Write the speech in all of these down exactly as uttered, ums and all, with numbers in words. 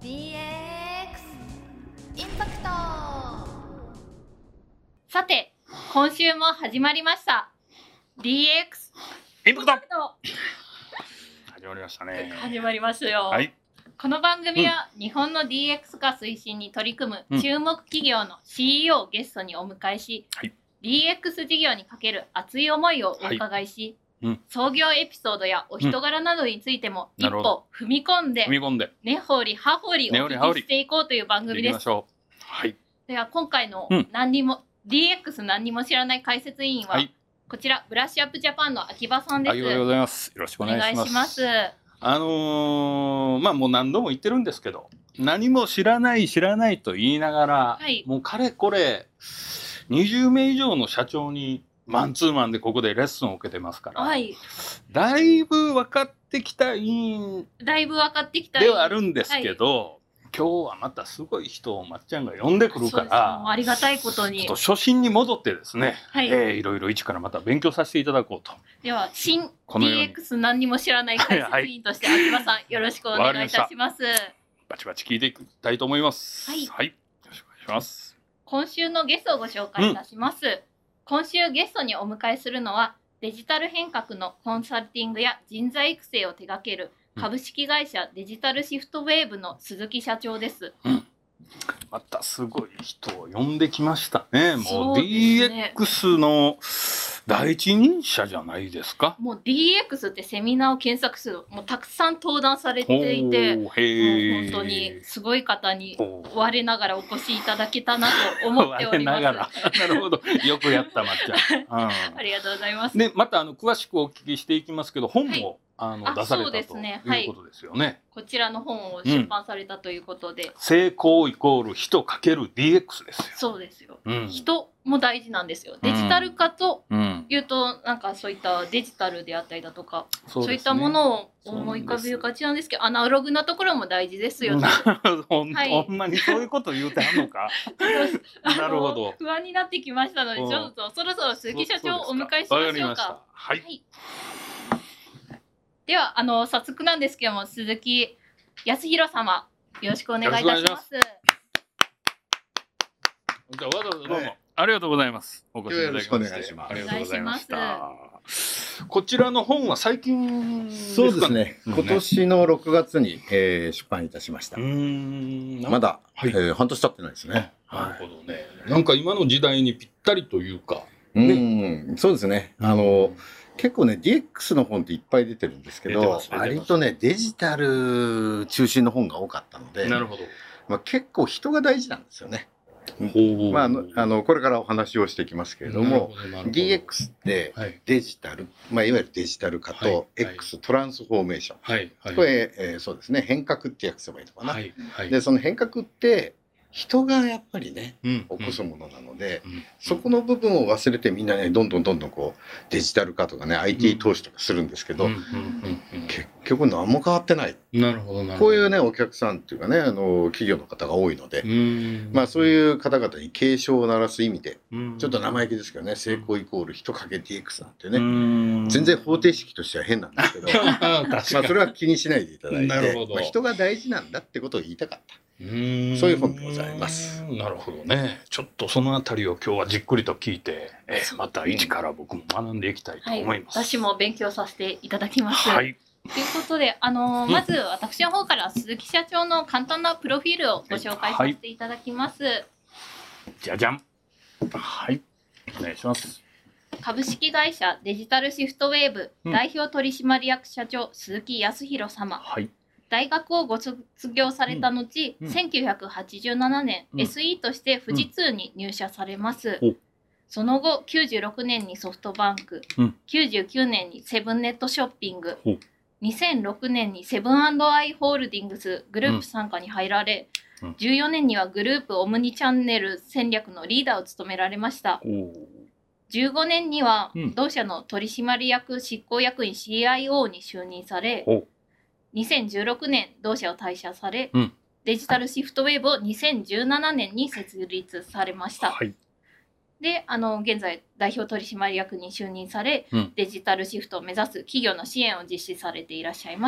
ディーエックス インパクト。 さて、今週も始まりました ディーエックスインパクトインパクト始まりましたね。 始まりますよ。 はい。 この番組は日本の ディーエックス 化推進に取り組む注目企業の シーイーオー をゲストにお迎えし、 はい、 ディーエックス 事業にかける熱い思いをお伺いし、はいうん、創業エピソードやお人柄などについても一歩踏み込んで、 踏み込んで根掘り葉掘りお聞きしていこうという番組です。 はい、 では今回の何にも、うん、ディーエックス 何にも知らない解説委員は、はい、こちらブラッシュアップジャパンの秋葉さんです。 ありがとうございます。よろしくお願いします。 お願いします。 あのー、まあもう何度も言ってるんですけど、何も知らない知らないと言いながら、はい、もうかれこれにじゅうめい以上の社長にマンツーマンでここでレッスンを受けてますから、はい、だいぶ分かってきた委員だいぶ分かってきたではあるんですけど、はい、今日はまたすごい人をまっちゃんが呼んでくるからありがたいことにちょっと初心に戻ってですね、はいえー、いろいろ一からまた勉強させていただこうと。 では新 ディーエックス 何にも知らない解説委員として秋葉さん、はい、よろしくお願いいたします。 バチバチ聞いていきたいと思います。 はい、 はい、よろしくお願いします。 今週のゲストをご紹介いたします。うん、今週ゲストにお迎えするのはデジタル変革のコンサルティングや人材育成を手掛ける株式会社デジタルシフトウェーブの鈴木社長です。 うん、またすごい人を呼んできましたね。もう ディーエックス の第一人者じゃないですか。 もう ディーエックス ってセミナーを検索するともうたくさん登壇されていて、もう本当にすごい方に我ながらお越しいただけたなと思っております。 我ながらなるほど、よくやったまっちゃん、うん、 ありがとうございます。 でまたあの詳しくお聞きしていきますけど、本も、はいあの出されたということですよね。はい、 こちらの本を出版されたということで、うん、 成功イコール人かける ディーエックス ですよ。 そうですよ、うん、人も大事なんですよ。デジタル化というと、うん、なんかそういったデジタルであったりだとか、そうですね、そういったものを思い浮かべがちなんですけど、アナログなところも大事ですよ。 ほん、はい、ほんまにそういうこと言うてはんのか。なるほど。 不安になってきましたので、ちょっとそろそろ鈴木社長をお迎えしましょうか。 はい、はいではあの早速なんですけども、鈴木康弘様よろしくお願いいたします。 じゃあわざわざどうもありがとうございます。お越しいただきましてお願いします。 ありがとうございました。こちらの本は最近ですかね。 そうですね。今年のろくがつに、えー、出版いたしました。うんまだ、はいえー、半年経ってないですね。 なるほどね。なんか今の時代にぴったりというか。 ね、うんそうですね。あの結構ね ディーエックス の本っていっぱい出てるんですけど、割とねデジタル中心の本が多かったので、 なるほど、 まあ、結構人が大事なんですよね。まあ、あのあのこれからお話をしていきますけれども ディーエックス ってデジタル、はいまあ、いわゆるデジタル化と、はい、X トランスフォーメーション、はいはい、これ、えー、そうですね変革って訳せばいいのかな、はいはい、でその変革って人がやっぱりね、うん、起こすものなので、うん、そこの部分を忘れてみんなねどんどんどんどんこうデジタル化とかね アイティー 投資とかするんですけど、結局何も変わってない。 なるほどなるほど。 こういうねお客さんっていうかねあの企業の方が多いので、まあそういう方々に警鐘を鳴らす意味で、ちょっと生意気ですけどね成功イコール人かけ ディーエックス なんてね全然方程式としては変なんですけどまあそれは気にしないでいただいて、まあ、人が大事なんだってことを言いたかった。そういう本でございます。 なるほどね。ちょっとそのあたりを今日はじっくりと聞いて、えー、また一から僕も学んでいきたいと思います。 はい、私も勉強させていただきます。 はい。 ということで、あのーうん、まず私の方から鈴木社長の簡単なプロフィールをご紹介させていただきます。はい、 じゃじゃん。はい。お願いします。 株式会社デジタルシフトウェーブ、うん、代表取締役社長鈴木康弘様。はい。大学をご卒業された後、うんうん、せんきゅうひゃくはちじゅうななねん、うん、エスイー として富士通に入社されます、うん、その後きゅうじゅうろくねんにソフトバンク、うん、きゅうじゅうきゅうねんにセブンネットショッピング、うん、にせんろくねんにセブン&アイ・ホールディングスグループ傘下に入られ、うん、じゅうよねんにはグループオムニチャンネル戦略のリーダーを務められました、うん、じゅうごねんには同社の取締役執行役員 シーアイオー に就任され、うんにせんじゅうろくねん同社を退社され、うん、デジタルシフトウェーブをにせんじゅうななねんに設立されました。はい、であの現在代表取締役に就任され、うん、デジタルシフトを目指す企業の支援を実施されていらっしゃいます。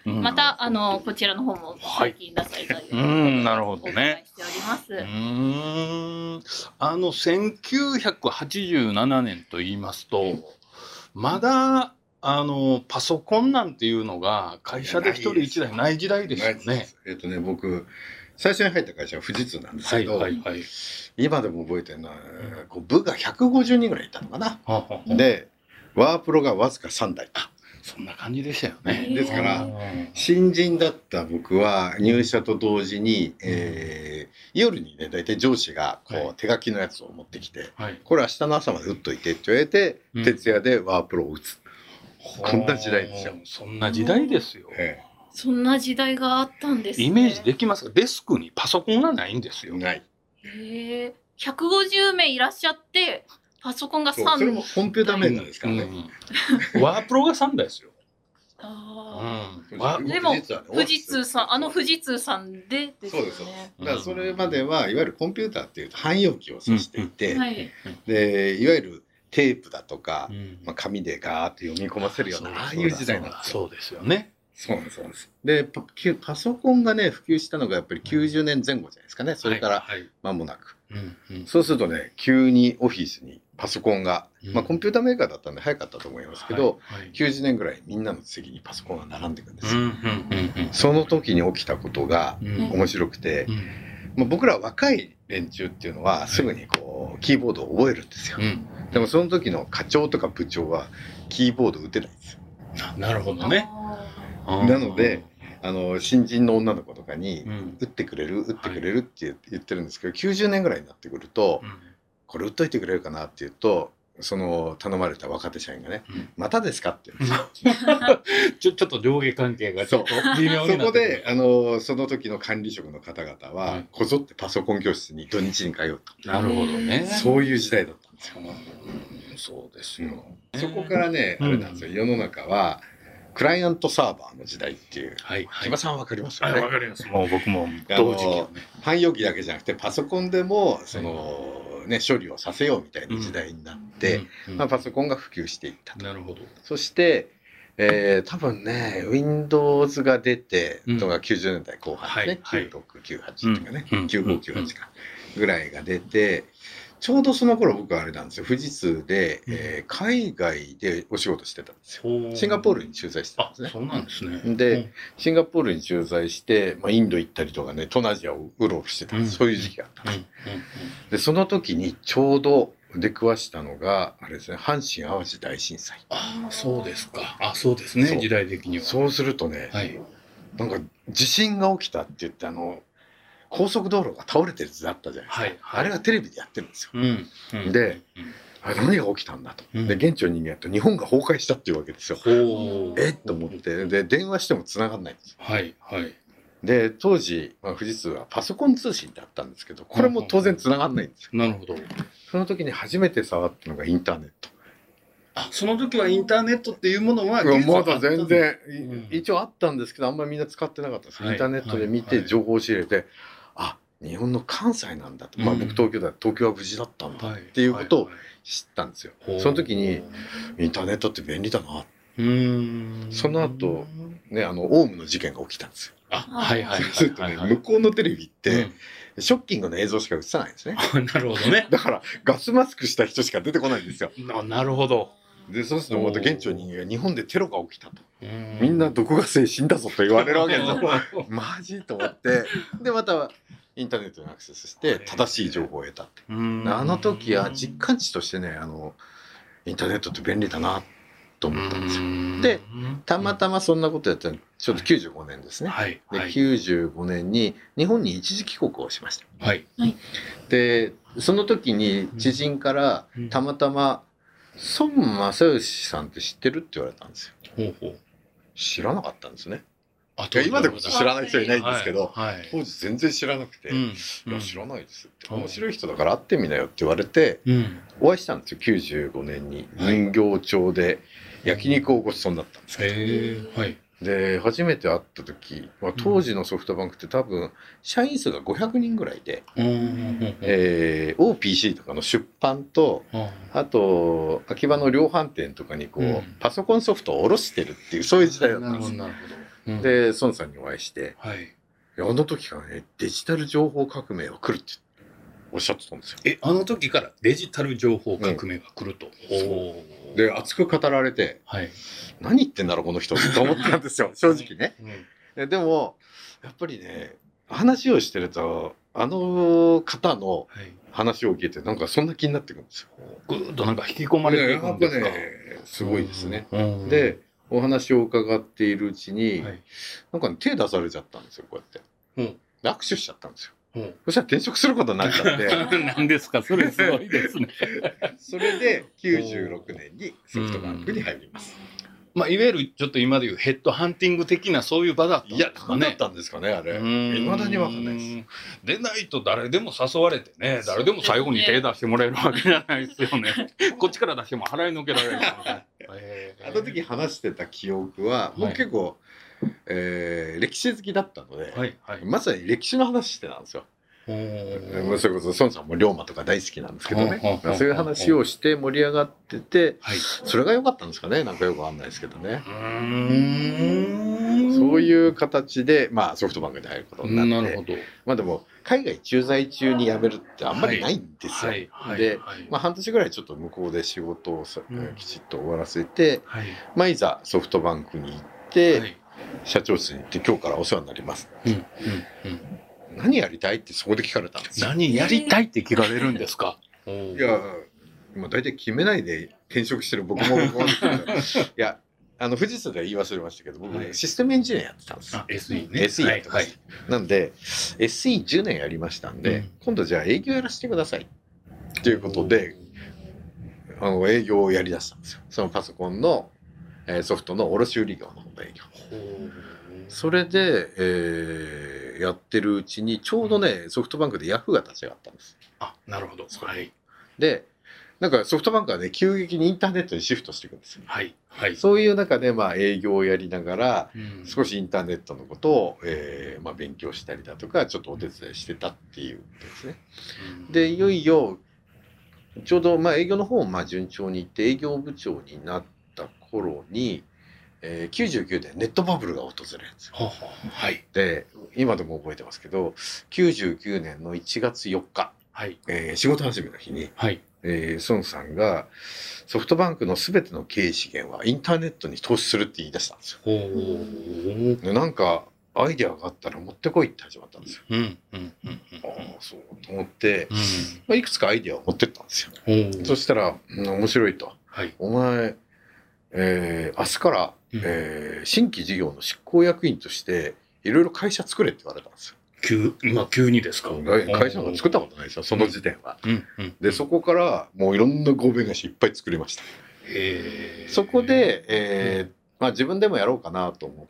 またあのこちらの方も最近出されたり、 はい、うんなるほどね。 しております。 うんあのせんきゅうひゃくはちじゅうななねんと言いますとまだあのパソコンなんていうのが会社で一人一台ない時代ですよね。 えっとね僕最初に入った会社は富士通なんですけど、はいはいはい、今でも覚えてるのは、こう部がひゃくごじゅうにんぐらいいたのかな。はははでワープロがわずかさんだい。 そんな感じでしたよね。 ですから新人だった僕は入社と同時に、えー、夜にね大体上司がこう、はい、手書きのやつを持ってきて、はい、これ明日の朝まで打っといてって言われて、うん、徹夜でワープロを打つ。こんな時代ですよ。 そんな時代ですよ。 ええそんな時代があったんですね。 イメージできますか？デスクにパソコンがないんですよ。 ない。 へえ。ひゃくごじゅうめいいらっしゃってパソコンがさんだい。 それもコンピューター面なんですからね。 うん、ワープロがさんだいですよ。 ああ。うん、でも富士通さんあの富士通さんでですよね。そうです。 だからそれまではいわゆるコンピューターっていうと汎用機を指していて、うんはい、でいわゆるテープだとか、うんまあ、紙でガーッと読み込ませるようなああいう時代なんですよ。 そうですよね。 そうなんですそうなんですで パ, パソコンがね普及したのがやっぱりきゅうじゅうねんぜん後じゃないですかね。それから間もなく、はいはい、そうするとね急にオフィスにパソコンが、うんまあ、コンピューターメーカーだったんで早かったと思いますけど、はいはい、きゅうじゅうねんぐらいみんなの席にパソコンが並んでいくんですよ、うんうんうんうん、その時に起きたことが面白くて、うんまあ、僕ら若い連中っていうのはすぐにこうキーボードを覚えるんですよ、うん、でもその時の課長とか部長はキーボード打てないんですよ。 なるほどね。 なのであの新人の女の子とかに「打ってくれる打ってくれる」って言ってるんですけど、きゅうじゅうねんぐらいになってくると「これ打っといてくれるかな」って言うとその頼まれた若手社員がね「またですか?」って言うんですよ。 ちょちょっと上下関係がちょっと微妙になってくる。 そこであのその時の管理職の方々はこぞってパソコン教室に土日に通うと。 なるほどね。 そういう時代だったんですよ。 そうですよ。 そこからねあれなんですよ。世の中はクライアントサーバーの時代っていう、はい、木場さんわかりますよね。 わかります。もう僕も同時期、ね、 汎用機だけじゃなくてパソコンでもその、ね、処理をさせようみたいな時代になって、うんうんうんまあ、パソコンが普及していったと。 なるほど。 そして、えー、多分ね Windows が出てのがきゅうじゅうねんだいこう半ですね、うんはい、きゅうろくきゅうはちとかね、うん、きゅうごきゅうはちかぐらいが出て。ちょうどその頃僕はあれなんですよ富士通で、えー、海外でお仕事してたんですよ。シンガポールに駐在してたんですね。 そうなんですね。 でシンガポールに駐在して、まあ、インド行ったりとかね東南アジアをうろうろしてたんです、うん、そういう時期があったんです、うんうん、でその時にちょうど出くわしたのがあれですね阪神・淡路大震災。 ああそうですか。あそうですね時代的には。 そうするとね、はい、なんか地震が起きたって言ってあの高速道路が倒れてる図だったじゃないですか、はいはい、あれがテレビでやってるんですよ、うんうん、で、うん、あれ何が起きたんだと、うん、で現地の人間やると日本が崩壊したっていうわけですよ、うん、えっと思ってで電話しても繋がんないんですよ、 はいはい、 で当時、まあ、富士通はパソコン通信だったんですけどこれも当然繋がんないんですよ、 うんうん、なるほど。 その時に初めて触ったのがインターネット。 あその時はインターネットっていうものはまだ全然、うん、一応あったんですけどあんまりみんな使ってなかったです、はい、インターネットで見て情報を仕入れて、はいはいあ日本の関西なんだと、まあ、僕東京だ東京は無事だったんだっていうことを知ったんですよ、はいはいはい、その時にインターネットって便利だな。うーんその後ねあのオウムの事件が起きたんですよ。 あはいはいそうするとね向こうのテレビって、うん、ショッキングな映像しか映さないんですね。 なるほどね。 だからガスマスクした人しか出てこないんですよ。 な, なるほど。 でそうするとまた現地の人間が日本でテロが起きたとみんな毒ガスで死んだぞと言われるわけですよ。マジと思ってでまたインターネットにアクセスして正しい情報を得たって。あの時は実感値としてねあのインターネットって便利だなと思ったんですよ。でたまたまそんなことやったのちょっときゅうじゅうごねんですね、はいはい、できゅうじゅうごねんに日本に一時帰国をしました、はい、でその時に知人からたまたま孫正義さんって知ってるって言われたんですよ。ほうほう知らなかったんですね。あ今でこそ知らない人いないんですけど、はいはい、当時全然知らなくて「うん、いや知らないです」って「面白い人だから会ってみなよ」って言われて、うん、お会いしたんですよきゅうじゅうごねんに人形町で焼肉をごちそうになったんですけど、うんはい、で初めて会った時、まあ、当時のソフトバンクって多分社員数がごひゃくにんぐらいで、うんえー、オーピーシー とかの出版と、うん、あと秋葉の量販店とかにこう、うん、パソコンソフトを卸してるっていうそういう時代だったんですよ。 で孫さんにお会いして、 はい、 あの時からねデジタル情報革命が来るっておっしゃってたんですよ。 え、あの時からデジタル情報革命が来ると。 うん、で熱く語られて、はい、何言ってんだろうこの人と思ったんですよ正直ね。うん、でもやっぱりね話をしてるとあの方の話を聞いてなんかそんな気になってくるんですよ。 ぐーっとなんか引き込まれていくんですか。 ね、すごいですね。でお話を伺っているうちに、はい、なんか、ね、手出されちゃったんですよこうやって、うん、握手しちゃったんですよ。うん、そしたら転職することになっちゃって何ですかそれすごいですねそれできゅうじゅうろくねんにソフトバンクに入ります。 まあ、いわゆるちょっと今でいうヘッドハンティング的なそういう場だったんですかね。いや、 何だったんですかね、あれ。いまだにわかんないです。 でないと誰でも誘われてね、誰でも最後に手出してもらえるわけじゃないですよね。こっちから出しても払いのけられるから。 あの時話してた記憶は、もう結構、えー、歴史好きだったので、はいはい、まさに歴史の話してたんですよ。それこそ孫さんも龍馬とか大好きなんですけどね、そういう話をして盛り上がってて、はい、それが良かったんですかね、なんかよくわかんないですけどね。うーん、そういう形で、まあ、ソフトバンクに入ることになって、なるほど。まあでも海外駐在中に辞めるってあんまりないんですよ。はいはい、で、まあ、半年ぐらいちょっと向こうで仕事をさ、うん、きちっと終わらせて、はい、まあ、いざソフトバンクに行って、はい、社長室に行って今日からお世話になります。うんうんうん、何やりたいってそこで聞かれたんですよ。 何やりたいって聞かれるんですか。 いや、今大体決めないで転職してる僕も僕もいや、あの富士通では言い忘れましたけど、僕ね、はい、システムエンジニアやってたんですよ。 エスイー ね。 エスイー やってました。はい、なんで エスイーじゅうねんやりましたんで、うん、今度じゃあ営業やらせてくださいっていうことで、あの営業をやりだしたんですよ。そのパソコンの、えー、ソフトの卸売業の方の営業。それで、えー、やってるうちにちょうどねソフトバンクでヤフーが立ち上がったんです。 あ、なるほど。はい。 で、なんかソフトバンクはね急激にインターネットにシフトしていくんですよ。 はい。はい。 そういう中でまあ営業をやりながら、うん、少しインターネットのことを、えーまあ、勉強したりだとかちょっとお手伝いしてたっていうことですね。うん、でいよいよちょうどまあ営業の方もまあ順調にいって営業部長になった頃に。えー、きゅうじゅうきゅうねんネットバブルが訪れるんですよ。ははい、で今でも覚えてますけどきゅうじゅうきゅうねんのいちがつよっか、はいえー、仕事始めの日に、はいえー、孫さんがソフトバンクの全ての経営資源はインターネットに投資するって言い出したんですよ。でなんかアイデアがあったら持ってこいって始まったんですよ。うんうんうんうん、ああそうと思って、うんまあ、いくつかアイデアを持ってったんですよ。そしたら、うん、面白いと、はい、お前、えー、明日からえー、新規事業の執行役員としていろいろ会社作れって言われたんですよ。 急、まあ、急にですか。 会社なんか作ったことないですよその時点は。うんうん、でそこからもういろんな合弁会社いっぱい作りました。へそこで、えーまあ、自分でもやろうかなと思って、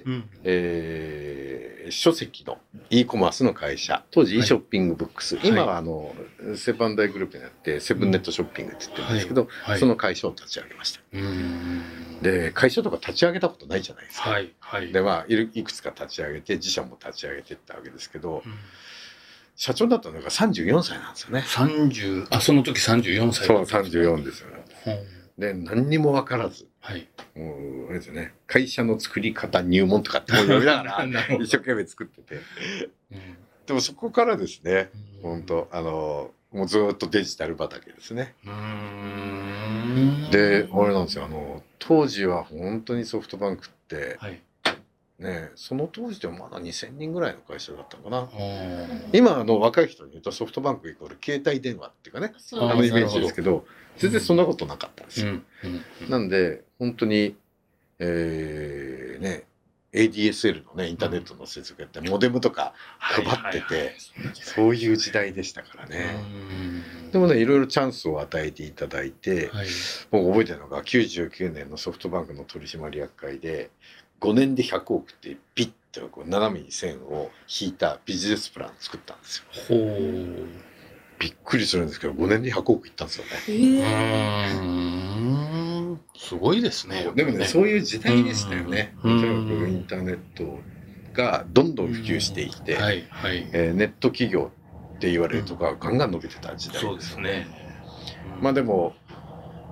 うんえー、書籍の e コマースの会社当時 e ショッピングブックス、はい、今はあのセブンダイグループになってセブンネットショッピングって言ってるんですけど、はいはい、その会社を立ち上げました。うんで会社とか立ち上げたことないじゃないですか。はいはい、でまあいくつか立ち上げて自社も立ち上げていったわけですけど、うん、社長だったのがさんじゅうよんさいなんですよね。 さんじゅうあその時さんじゅうよんさいそうさんじゅうよんですよね。うん、で何にも分からず、はい、もうあれですよね会社の作り方入門とかって読みながら一生懸命作ってて、うん、でもそこからですね、うん、本当あのもうずっとデジタル畑ですね。うーんであれなんですよあの当時は本当にソフトバンクって、はいね、その当時でもまだにせんにんぐらいの会社だったのかな。今あの若い人に言うとソフトバンクイコール携帯電話っていうかねあのイメージですけど全然そんなことなかったんですよ。うんうんうん、なんで本当に、えー、ねエーディーエスエル のねインターネットの接続やってモデムとか配っててそういう時代でしたからね。でもねいろいろチャンスを与えていただいて、はい、僕覚えてるのがきゅうじゅうきゅうねんのソフトバンクの取締役会でごねんでひゃくおくってピッとこう斜めに線を引いたビジネスプラン作ったんですよ。ほうびっくりするんですけどごねんでひゃくおくいったんですよね。えー、すごいですね。 でもねそういう時代でしたよね。とにかくインターネットがどんどん普及していって、はいはいえー、ネット企業って言われるとかガンガン伸びてた時代ですよね。そうですね。まあでも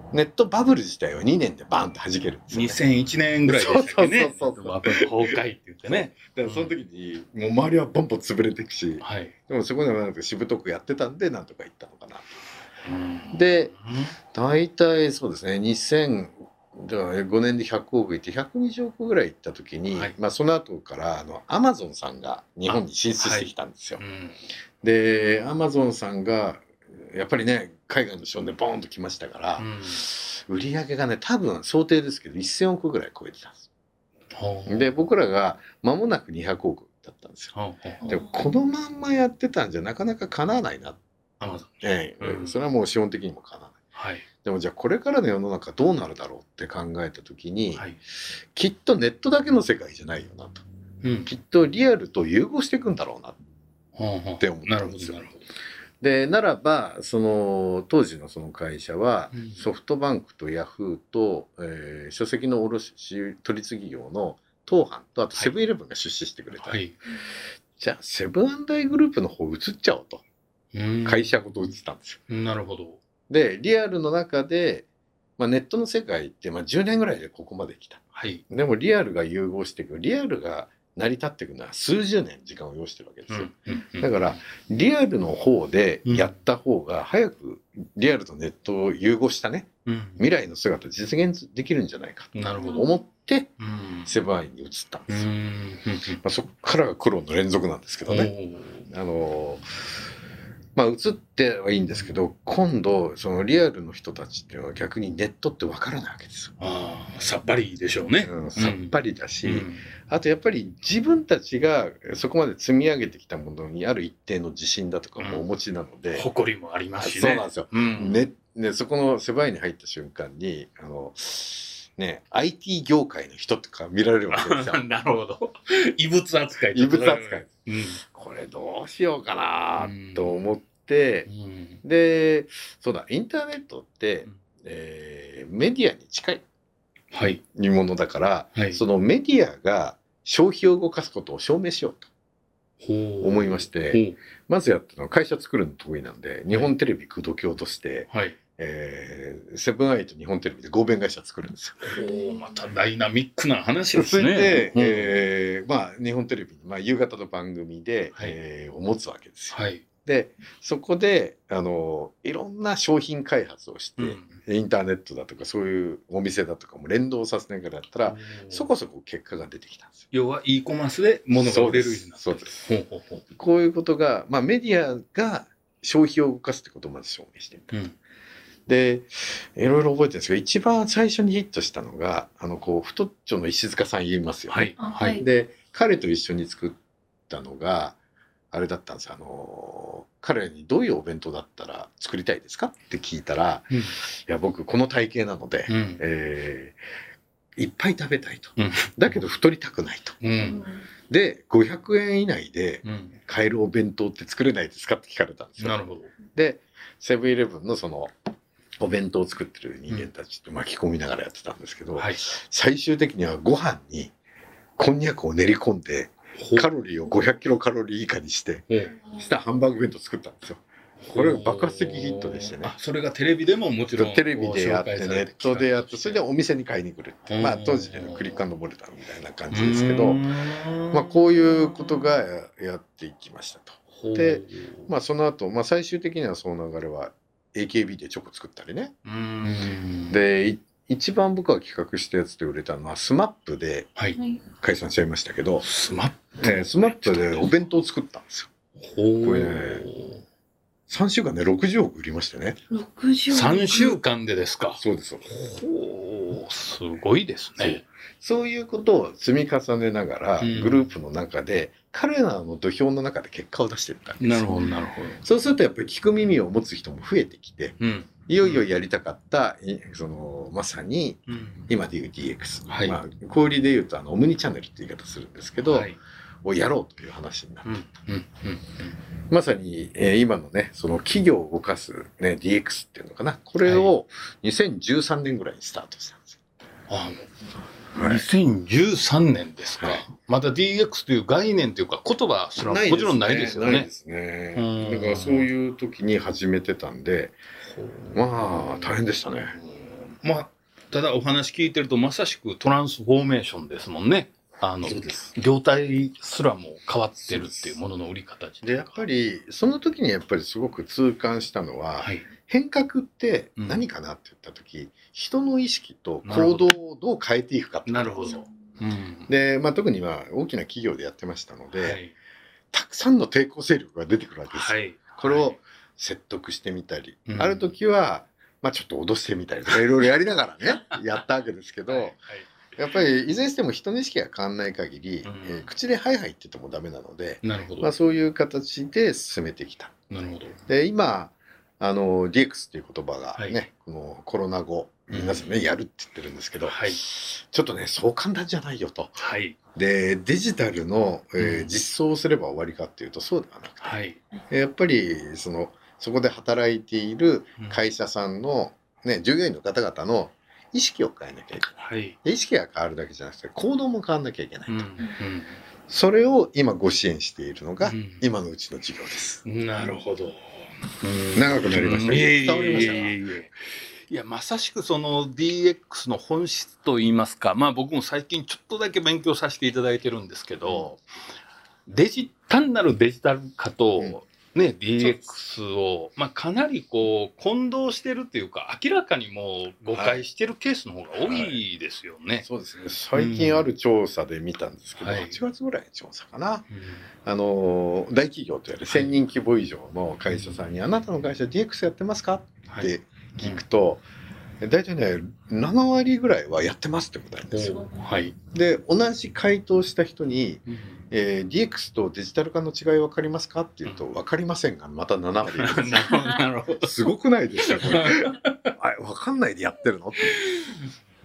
ネットバブル自体はにねんでバーンと弾けるんですよ、ね、 にせんいちねんぐらいでしたっけね。 そうそうそうそう。 崩壊って言ってね。 だからその時にもう周りはボンボン潰れていくし、はい、でもそこではなんかしぶとくやってたんでなんとかいったのかな。うん、で、大体そうですねにせんごねんでひゃくおくいってひゃくにじゅうおくぐらいいった時に、はい、まあその後からあのアマゾンさんが日本に進出してきたんですよ。はい、うん、でアマゾンさんがやっぱりね海外の資本でボーンと来ましたから、うん、売り上げがね多分想定ですけどせんおくぐらい超えてたんです。で僕らが間もなくにひゃくおくだったんですよ。でもこのまんまやってたんじゃなかなか叶わないな。 アマゾン、 ええ、うん、それはもう資本的にも叶わない。はい、でもじゃあこれからの世の中どうなるだろうって考えた時に、はい、きっとネットだけの世界じゃないよなと、うん、きっとリアルと融合していくんだろうなって思ったんですよ。でならばその当時のその会社は、うん、ソフトバンクとヤフーと、えー、書籍の卸取次業の東販とあとセブンイレブンが出資してくれた、はい、じゃあセブン&アイグループの方移っちゃおうと、うん、会社ごと移ったんですよ。 なるほど。 でリアルの中で、まあ、ネットの世界ってまあじゅうねんぐらいでここまで来た、はい、でもリアルが融合していくリアルが成り立っていくのは数十年時間を要してるわけですよ、うんうんうん、だからリアルの方でやった方が早くリアルとネットを融合したね、うん、未来の姿実現できるんじゃないかと思ってセブンアイに移ったんですよ、うんうんまあ、そこからが苦労の連続なんですけどね。あのまあ移ってはいいんですけど今度そのリアルの人たちっていうのは逆にネットってわからないわけですよ。 ああさっぱりでしょうね、 うん、さっぱりだし、うん、あとやっぱり自分たちがそこまで積み上げてきたものにある一定の自信だとかもお持ちなので、 うん、誇りもありますしね。 そうなんですよ、うんねね、そこのセブンアイに入った瞬間にあのね、アイティー 業界の人とか見られるわけですよ。 なるほど。異物扱い。 異物扱い、うん。これどうしようかなと思って、うん、で、そうだ、インターネットって、うんえー、メディアに近い、はい、ものだから、はい、そのメディアが消費を動かすことを証明しようと思いまして、まずやったのは会社作るの得意なんで、日本テレビ口説き落として、はいえー、セブンアイと日本テレビで合弁会社作るんですよ。 おまたダイナミックな話ですね。 それで、うんえーまあ、日本テレビに、まあ、夕方の番組で、はいえー、を持つわけですよ。はい、でそこであのいろんな商品開発をして、うん、インターネットだとかそういうお店だとかも連動させながらやったらそこそこ結果が出てきたんですよ。 要は e コマースで物が売れるようになった。 そうです。そうですほうほうほうこういうことが、まあ、メディアが消費を動かすってことをまず証明していた。うんでいろいろ覚えてるんですけど一番最初にヒットしたのがあのこう太っちょの石塚さん言いますよね。はいはい、で彼と一緒に作ったのがあれだったんですあの彼にどういうお弁当だったら作りたいですかって聞いたら、うん、いや僕この体型なので、うんえー、いっぱい食べたいと、うん、だけど太りたくないと、うん、でごひゃくえん以内で買えるお弁当って作れないですかって聞かれたんですよ。なるほど。でセブンイレブンのそのお弁当を作ってる人間たちって巻き込みながらやってたんですけど、うんはい、最終的にはご飯にこんにゃくを練り込んでカロリーをごひゃくキロカロリー以下にしてしたハンバーグ弁当作ったんですよ。これが爆発的ヒットでしてね。 あそれがテレビでももちろんテレビでやってネットでやってそれでお店に買いに来るってまあ当時でのクリック&モルタンみたいな感じですけどまあこういうことがやっていきましたと。でまあその後、まあ最終的にはその流れはエーケービー でチョコ作ったりね。うんで一番僕が企画したやつで売れたのはスマップで解散しちゃいましたけど、はい、 スマップ、 ね、スマップでお弁当を作ったんですよ。これねさんしゅうかんでろくじゅうおく売りましてね。 ろくじゅうおくさんしゅうかんでですか。 そうです。 ほうすごいですね。 そう、そういうことを積み重ねながら、うん、グループの中で彼らの土俵の中で結果を出していったんです。 なるほどなるほど。 そうするとやっぱり聞く耳を持つ人も増えてきて、うん、いよいよやりたかったそのまさに、うん、今でいう ディーエックス、はいまあ、小売りでいうとあのオムニチャンネルって言い方するんですけど、はいをやろうという話になって、うんうんうん、まさに、えー、今のねその企業を動かす、ね、ディーエックス っていうのかなこれをにせんじゅうさんねんぐらいにスタートしたんですよ。 ああ、はい、にせんじゅうさんねんですか、はい、また ディーエックス という概念というか言葉すらもちろんないですよね。 ないですね。だからそういう時に始めてたんでまあ大変でしたね。 まあただお話聞いてるとまさしくトランスフォーメーションですもんね。あの業態すらも変わってるっていうものの売り方でやっぱりその時にやっぱりすごく痛感したのは、はい、変革って何かなって言った時、うん、人の意識と行動をどう変えていくかってことなんですよ。うん、で、まあ、特には大きな企業でやってましたので、はい、たくさんの抵抗勢力が出てくるわけですよ。はい、これを説得してみたり、はい、ある時は、まあ、ちょっと脅してみたりとかいろいろやりながらねやったわけですけど、はいはい、やっぱりいずれにしても人の意識が変わらない限り、うんえー、口で「はいはい」って言ってもダメなので、なるほど、まあ、そういう形で進めてきた。なるほど。で今あの ディーエックス っていう言葉がね、はい、このコロナ後皆さんね、うん、やるって言ってるんですけど、はい、ちょっとねそう簡単じゃないよと。はい、でデジタルの、えー、実装をすれば終わりかっていうとそうではなくて、はい、やっぱりそのそこで働いている会社さんの、ね、従業員の方々の意識を変えなきゃいけない、はい、意識が変わるだけじゃなくて行動も変わらなきゃいけないと、うんうん、それを今ご支援しているのが、うん、今のうちの事業です。 なるほど。 長くなりましたけど伝わりましたか？ いやまさしくその ディーエックス の本質といいますか、まあ僕も最近ちょっとだけ勉強させていただいてるんですけど、うん、デジ単なるデジタル化と、うんね、ディーエックス を、まあ、かなりこう混同してるっていうか明らかにもう誤解してるケースの方が多いですよね。はいはい、 そうですね。最近ある調査で見たんですけど、うん、はちがつぐらいの調査かな、はい、あの大企業といわれるせんにん規模以上の会社さんに、はい、あなたの会社 ディーエックス やってますかって聞くと、はい、大体ねななわりぐらいはやってますって答えるんですよ。はい、で同じ回答した人に、うんえー、ディーエックス とデジタル化の違い分かりますかって言うと、うん、分かりませんがまたななわりです。なるほど。すごくないですかこれ。あれ分かんないでやってるのって。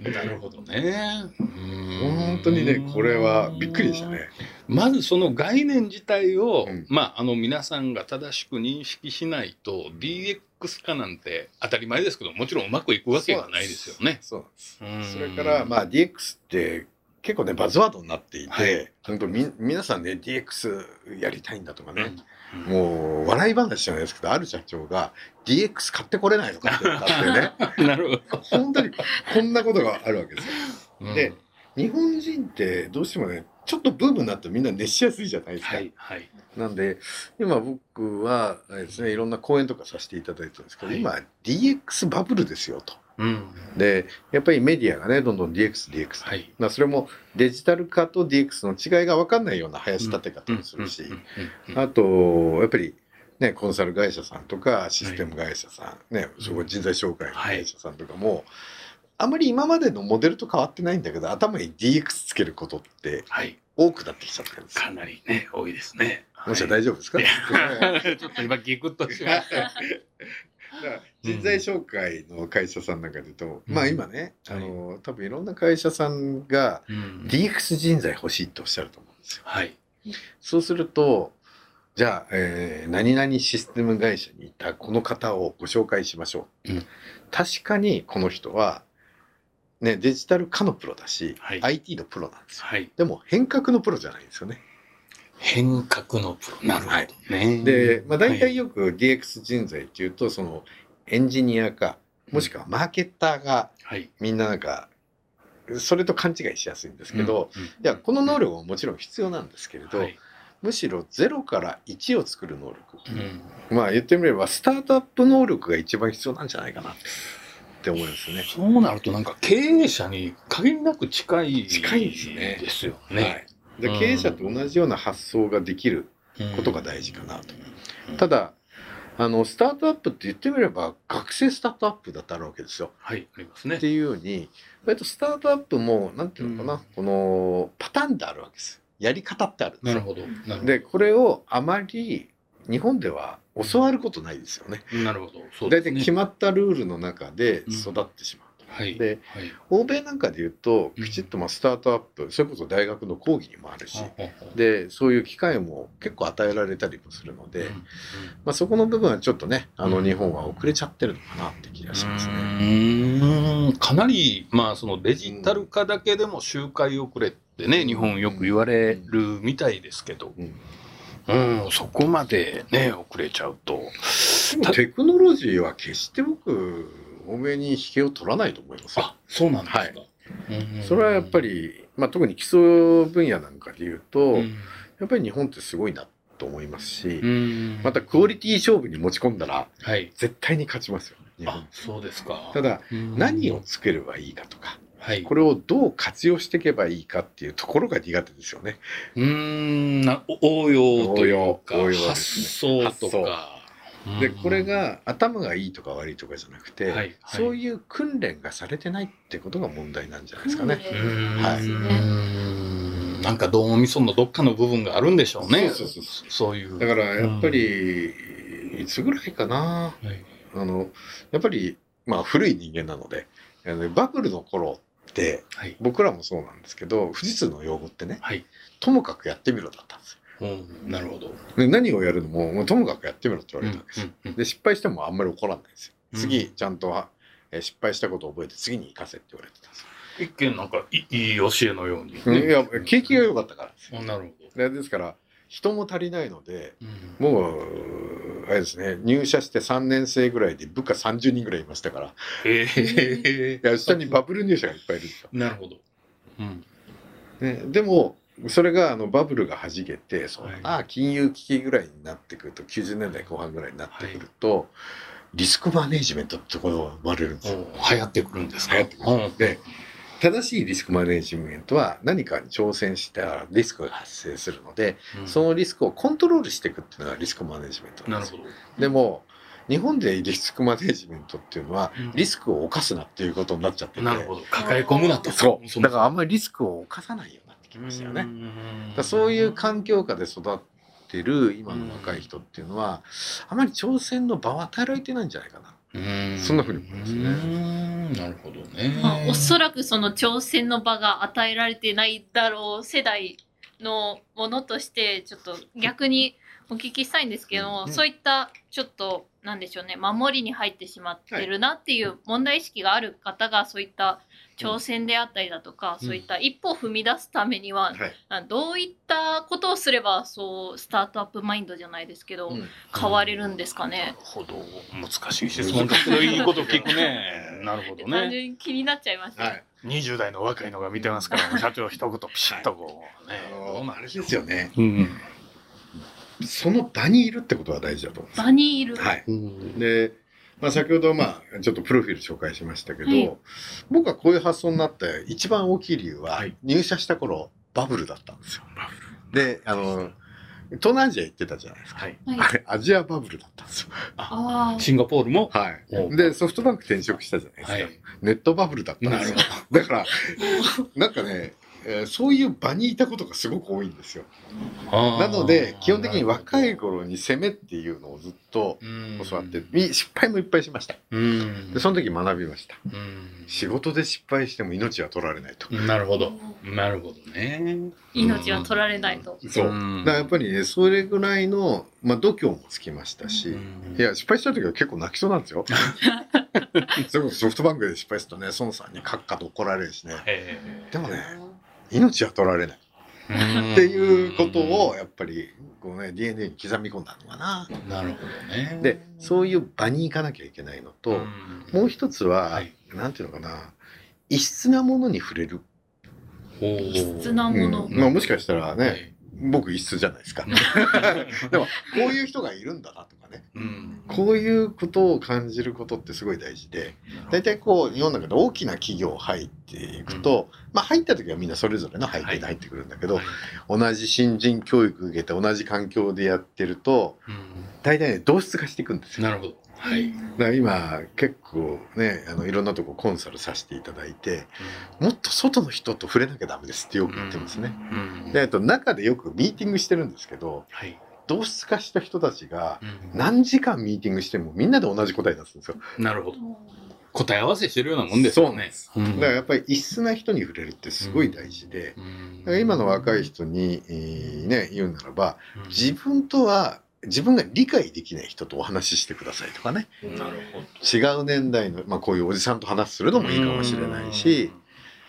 なるほどね。 本当にねこれはびっくりでしたね。 まずその概念自体を、うん、まああの皆さんが正しく認識しないと ディーエックス 化なんて当たり前ですけどもちろんうまくいくわけがないですよね。 そうなんです。それからまあ ディーエックス って結構ねバズワードになっていて、はい、本当み皆さんね ディーエックス やりたいんだとかね、うんうん、もう笑い話じゃないですけどある社長が ディーエックス 買ってこれないのかって言ったってねなるほど本当にこんなことがあるわけですよ。うん、で日本人ってどうしてもねちょっとブームになってみんな熱しやすいじゃないですか。はいはい、なんで今僕はですねいろんな講演とかさせていただいてるんですけど、はい、今 ディーエックス バブルですよと。うん、でやっぱりメディアがねどんどん ディーエックス、ディーエックス、はい、まあそれもデジタル化と ディーエックス の違いが分かんないような林立て方をするし、あとやっぱりねコンサル会社さんとかシステム会社さん、はい、ねそこ人材紹介の会社さんとかも、はい、あまり今までのモデルと変わってないんだけど頭に ディーエックス つけることって多くなってきちゃってるんです。 かなりね多いですね。 もしは大丈夫ですか？ちょっと今ギクッとしました。 人材紹介の会社さんなんかで言うと、うん、まあ今ね、あの、はい、多分いろんな会社さんが ディーエックス 人材欲しいっておっしゃると思うんですよ。はい、そうするとじゃあ、えー、何々システム会社にいたこの方をご紹介しましょう。うん、確かにこの人は、ね、デジタル化のプロだし、はい、アイティー のプロなんですよ。はい、でも変革のプロじゃないんですよね。 変革のプロ。なるほどね。 はい、で、まあ、大体よく ディーエックス 人材っていうと、そのエンジニアかもしくはマーケッターがみんななんかそれと勘違いしやすいんですけど、いやこの能力ももちろん必要なんですけれど、はい、むしろゼロからいちを作る能力、うん、まあ言ってみればスタートアップ能力が一番必要なんじゃないかなって思いますね。 そうなるとなんか経営者に限りなく近い近いですね。 ですよね。はい、 で経営者と同じような発想ができることが大事かなと。うん、ただあのスタートアップって言ってみれば学生スタートアップだってあるわけですよ。 はい、ありますね。 っていうように割とスタートアップもなんていうのかな、うん、このパターンであるわけです。やり方ってあるんですよ。 なるほど。なるほど。 でこれをあまり日本では教わることないですよね。 なるほど。そうですね。 大体決まったルールの中で育ってしまう。うんはい、で、はい、欧米なんかで言うときちっとまあスタートアップ、うん、それこそ大学の講義にもあるし、うん、でそういう機会も結構与えられたりもするので、うんまあ、そこの部分はちょっとねあの日本は遅れちゃってるのかなって気がしますね。 うんかなり、まあ、そのデジタル化だけでも周回遅れってね、うん、日本よく言われるみたいですけど、うんうん、そこまでね遅れちゃうとテクノロジーは決して僕多めに引けを取らないと思います。 あ、そうなんですか。はい、 それはやっぱり、まあ、特に基礎分野なんかでいうと、やっぱり日本ってすごいなと思いますし、またクオリティ勝負に持ち込んだら、絶対に勝ちますよ、日本。 あ、そうですか。 ただ、何をつければいいかとか、はい、これをどう活用していけばいいかっていうところが苦手ですよね。 うーん、な応用というか、応用発想とか。 でこれが頭がいいとか悪いとかじゃなくて、はいはい、そういう訓練がされてないってことが問題なんじゃないですかね。 はい、なんか脳みそのどっかの部分があるんでしょうね。そうそうそう、そういう。 だからやっぱりいつぐらいかな、はい、あのやっぱりまあ古い人間なので、バブルの頃って、はい、僕らもそうなんですけど、富士通の用語ってね、はい、ともかくやってみろだったんですよ。 うん、なるほど。 で何をやるのも、もうともかくやってみろって言われたわけですよ。うんうんうん、で失敗してもあんまり怒らないんですよ。次ちゃんとは、えー、失敗したことを覚えて次に生かせって言われてたんですよ。 一見なんかいい教えのように、 ね、いや景気が良かったからですよ。 なるほど。 でですから人も足りないので、うん、もうあれですね、入社してさんねん生ぐらいで部下さんじゅうにんぐらいいましたから、へえ。いや下にバブル入社がいっぱいいるんですよ。 なるほど。うんね、でもそれがあのバブルがはじけて、そうだな、はい、金融危機ぐらいになってくると、きゅうじゅうねんだいこう半ぐらいになってくると、はい、リスクマネジメントってところが生まれるんですよ。 流行ってくるんですか。 流行ってくる。うん、で正しいリスクマネジメントは何かに挑戦したらリスクが発生するので、うん、そのリスクをコントロールしていくっていうのがリスクマネジメントなんですよ。なるほど。でも日本でリスクマネジメントっていうのは、うん、リスクを冒すなっていうことになっちゃってて、 なるほど、抱え込むなと。 そうだからあんまりリスクを冒さないようになってきましたよね。だそういう環境下で育ってる今の若い人っていうのは、あまり挑戦の場を与えられてないんじゃないかな。うんそんなふうに思いますね。 なるほどね。 まあ、おそらくその挑戦の場が与えられてないだろう世代のものとしてちょっと逆にお聞きしたいんですけども、うん、そういったちょっとなんでしょうね、守りに入ってしまってるなっていう問題意識がある方がそういった挑戦であったりだとか、うん、そういった一歩を踏み出すためには、はい、どういったことをすればそうスタートアップマインドじゃないですけど、うん、変われるんですかね。 なるほど、難しい質問だけどいいこと聞くね。なるほどね。 単純に気になっちゃいました、ね。はい、 にじゅう代の若いのが見てますから社長一言ピシッとこうね、 はい、どうなんですよね。うんその場にいるってことは大事だと思う。 場にいる。 はい。で、まあ、先ほどまあちょっとプロフィール紹介しましたけど、はい、僕はこういう発想になった一番大きい理由は、はい、入社した頃バブルだったんですよ。バブル。で、あの東南アジア行ってたじゃないですか。はい、あれアジアバブルだったんですよ。 ああ。シンガポールも。 はい。でソフトバンク転職したじゃないですか。はい、ネットバブルだったんですよ。だからなんかね。えー、そういう場にいたことがすごく多いんですよ。なので基本的に若い頃に攻めっていうのをずっと教わって失敗もいっぱいしました。でその時学びました。仕事で失敗しても命は取られないと。 なるほどなるほどね。 命は取られないと。 そうだからやっぱりねそれぐらいの、まあ、度胸もつきましたし、いや失敗した時は結構泣きそうなんですよ。それこそソフトバンクで失敗するとね孫さんにカッカと怒られるしね。でもね命は取られないっていうことをやっぱりこう、ね、ディーエヌエー に刻み込んだのかな。 なるほどね。 でそういう場に行かなきゃいけないのともう一つは、はい、なんていうのかな異質なものに触れる。 異質なもの、 うんまあ、もしかしたらね、はい、僕異質じゃないですか。でもこういう人がいるんだなとかね、うん、こういうことを感じることってすごい大事で、大体こう日本の中で大きな企業入っていくと、うん、まあ入った時はみんなそれぞれの背景で入ってくるんだけど、はいはい、同じ新人教育受けて同じ環境でやってると、うん、大体ね同質化していくんですよ。 なるほど。はい、 だから今結構ねあのいろんなとこコンサルさせていただいて、うん、もっと外の人と触れなきゃダメですってよく言ってますね。うんうん、であと中でよくミーティングしてるんですけど、はい、同質化した人たちが何時間ミーティングしてもみんなで同じ答え出すんですよ。 なるほど。答え合わせしてるようなもんですよね。 そうなんです。だからやっぱり異質な人に触れるってすごい大事で、だから今の若い人に、えーね、言うならば、自分とは自分が理解できない人とお話ししてくださいとかね。 なるほど。 違う年代の、まあ、こういうおじさんと話するのもいいかもしれないし、